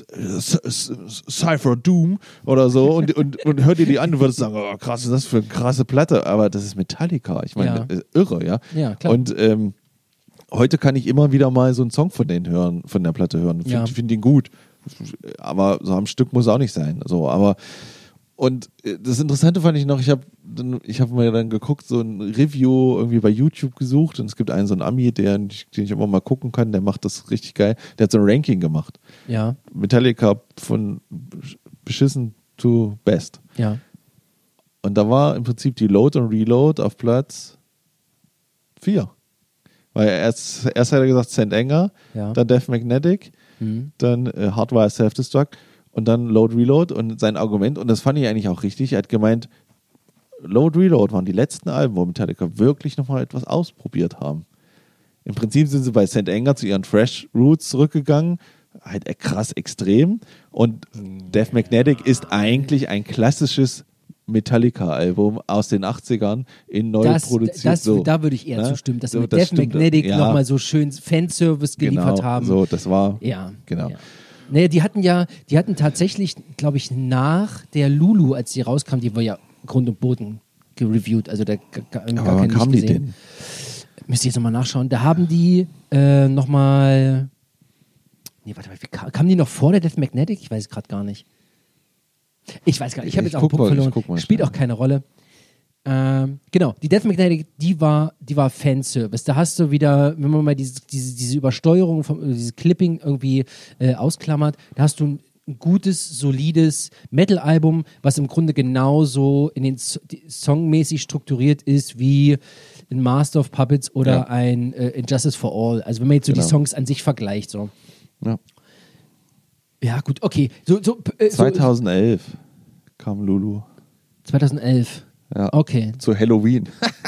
Cypher Doom oder so und hört dir die an und würdest sagen, oh krass, ist das für eine krasse Platte, aber das ist Metallica, ich meine, irre, ja. Ja, klar. Und heute kann ich immer wieder mal so einen Song von denen hören, von der Platte hören, finde ihn gut, aber so am Stück muss es auch nicht sein, so, aber Und das Interessante fand ich noch, ich hab mir dann geguckt, so ein Review irgendwie bei YouTube gesucht und es gibt einen so einen Ami, den ich immer mal gucken kann, der macht das richtig geil. Der hat so ein Ranking gemacht. Ja. Metallica von beschissen to best. Ja. Und da war im Prinzip die Load und Reload auf Platz 4. Weil erst hat er gesagt St. Anger, dann Death Magnetic, dann Hardwire Self-Destruct und dann Load Reload und sein Argument, und das fand ich eigentlich auch richtig, er hat gemeint, Load Reload waren die letzten Alben, wo Metallica wirklich nochmal etwas ausprobiert haben. Im Prinzip sind sie bei St. Anger zu ihren Fresh Roots zurückgegangen, halt krass extrem, und Death Magnetic ist eigentlich ein klassisches Metallica-Album aus den 80ern in neu produziert. Da würde ich eher zustimmen, dass sie mit Death Magnetic nochmal so schön Fanservice geliefert haben. So, das war, genau. Ja. Naja, die hatten tatsächlich, glaube ich, nach der Lulu, als sie rauskam, die war ja Grund und Boden gereviewt, also da gar keinen nicht gesehen. Die denn? Müsst ihr jetzt nochmal nachschauen. Da haben die nochmal, kamen die noch vor der Death Magnetic? Ich weiß es gerade gar nicht. Ich weiß gar nicht, ich habe jetzt auch einen Punkt verloren. Spielt auch keine Rolle. Genau, die Death Magnetic, die war Fanservice. Da hast du wieder, wenn man mal diese Übersteuerung, dieses Clipping irgendwie ausklammert, da hast du ein gutes, solides Metal-Album, was im Grunde genauso in den songmäßig strukturiert ist wie ein Master of Puppets oder ein Injustice for All. Also wenn man jetzt so die Songs an sich vergleicht. So. Ja, gut, okay. 2011 kam Lulu. 2011? Ja. Okay. Zu Halloween.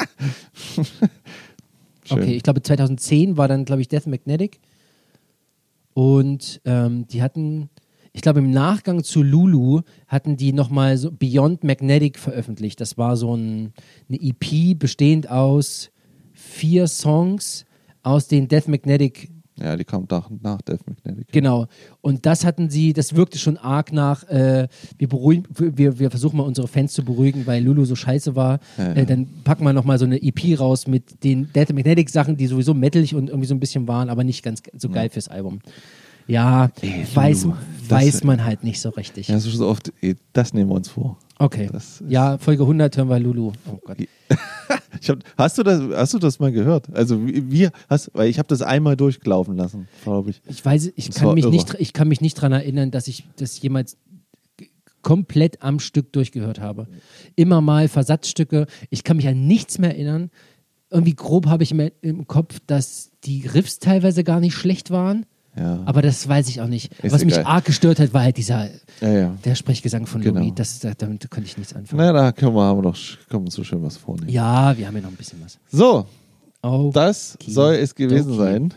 Okay, ich glaube 2010 war dann, glaube ich, Death Magnetic. Und die hatten, ich glaube im Nachgang zu Lulu hatten die nochmal so Beyond Magnetic veröffentlicht. Das war so eine EP bestehend aus 4 Songs aus den Death Magnetic. Ja, die kam nach Death Magnetic. Genau. Und das wirkte schon arg nach, wir versuchen mal unsere Fans zu beruhigen, weil Lulu so scheiße war. Dann packen wir nochmal so eine EP raus mit den Death Magnetic Sachen, die sowieso metalig und irgendwie so ein bisschen waren, aber nicht ganz so geil fürs Album. Ja, weiß man halt nicht so richtig. Ja, so oft, das nehmen wir uns vor. Okay. Ja, Folge 100 hören wir Lulu. Oh Gott. Hast du das mal gehört? Also weil ich habe das einmal durchlaufen lassen, glaube ich. Ich kann mich nicht daran erinnern, dass ich das jemals komplett am Stück durchgehört habe. Immer mal Versatzstücke. Ich kann mich an nichts mehr erinnern. Irgendwie grob habe ich im Kopf, dass die Riffs teilweise gar nicht schlecht waren. Ja. Aber das weiß ich auch nicht. Was mich arg gestört hat, war halt der Sprechgesang von Louis. Damit konnte ich nichts anfangen. Na, da können wir so schön was vornehmen. Ja, wir haben ja noch ein bisschen was. So, das soll es gewesen sein.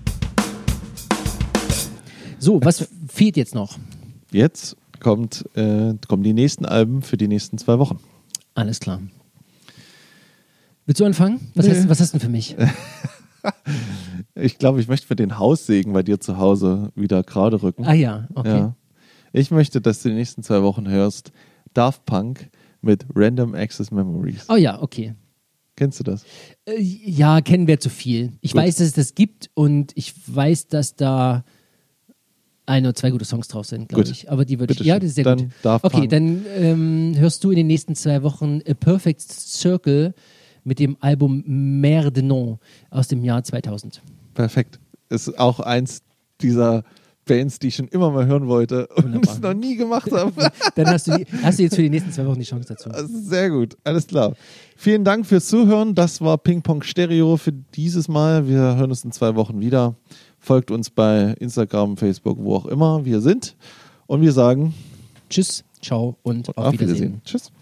So, was fehlt jetzt noch? Jetzt kommen die nächsten Alben für die nächsten 2 Wochen. Alles klar. Willst du anfangen? Was hast du denn für mich? Ich glaube, ich möchte für den Haussegen bei dir zu Hause wieder gerade rücken. Ah ja, okay. Ja. Ich möchte, dass du die nächsten 2 Wochen hörst Daft Punk mit Random Access Memories. Oh ja, okay. Kennst du das? Ja, kennen wir zu viel. Ich weiß, dass es das gibt und ich weiß, dass da 1 oder 2 gute Songs drauf sind, glaube ich. Aber die würde ich... Ja, das ist sehr dann gut. Daft Punk. Dann hörst du in den nächsten 2 Wochen A Perfect Circle mit dem Album Mer de Non aus dem Jahr 2000. Perfekt. Ist auch eins dieser Bands, die ich schon immer mal hören wollte und es noch nie gemacht habe. Dann hast du jetzt für die nächsten 2 Wochen die Chance dazu. Sehr gut, alles klar. Vielen Dank fürs Zuhören. Das war Ping Pong Stereo für dieses Mal. Wir hören uns in 2 Wochen wieder. Folgt uns bei Instagram, Facebook, wo auch immer wir sind. Und wir sagen Tschüss, ciao und auf Wiedersehen. Tschüss.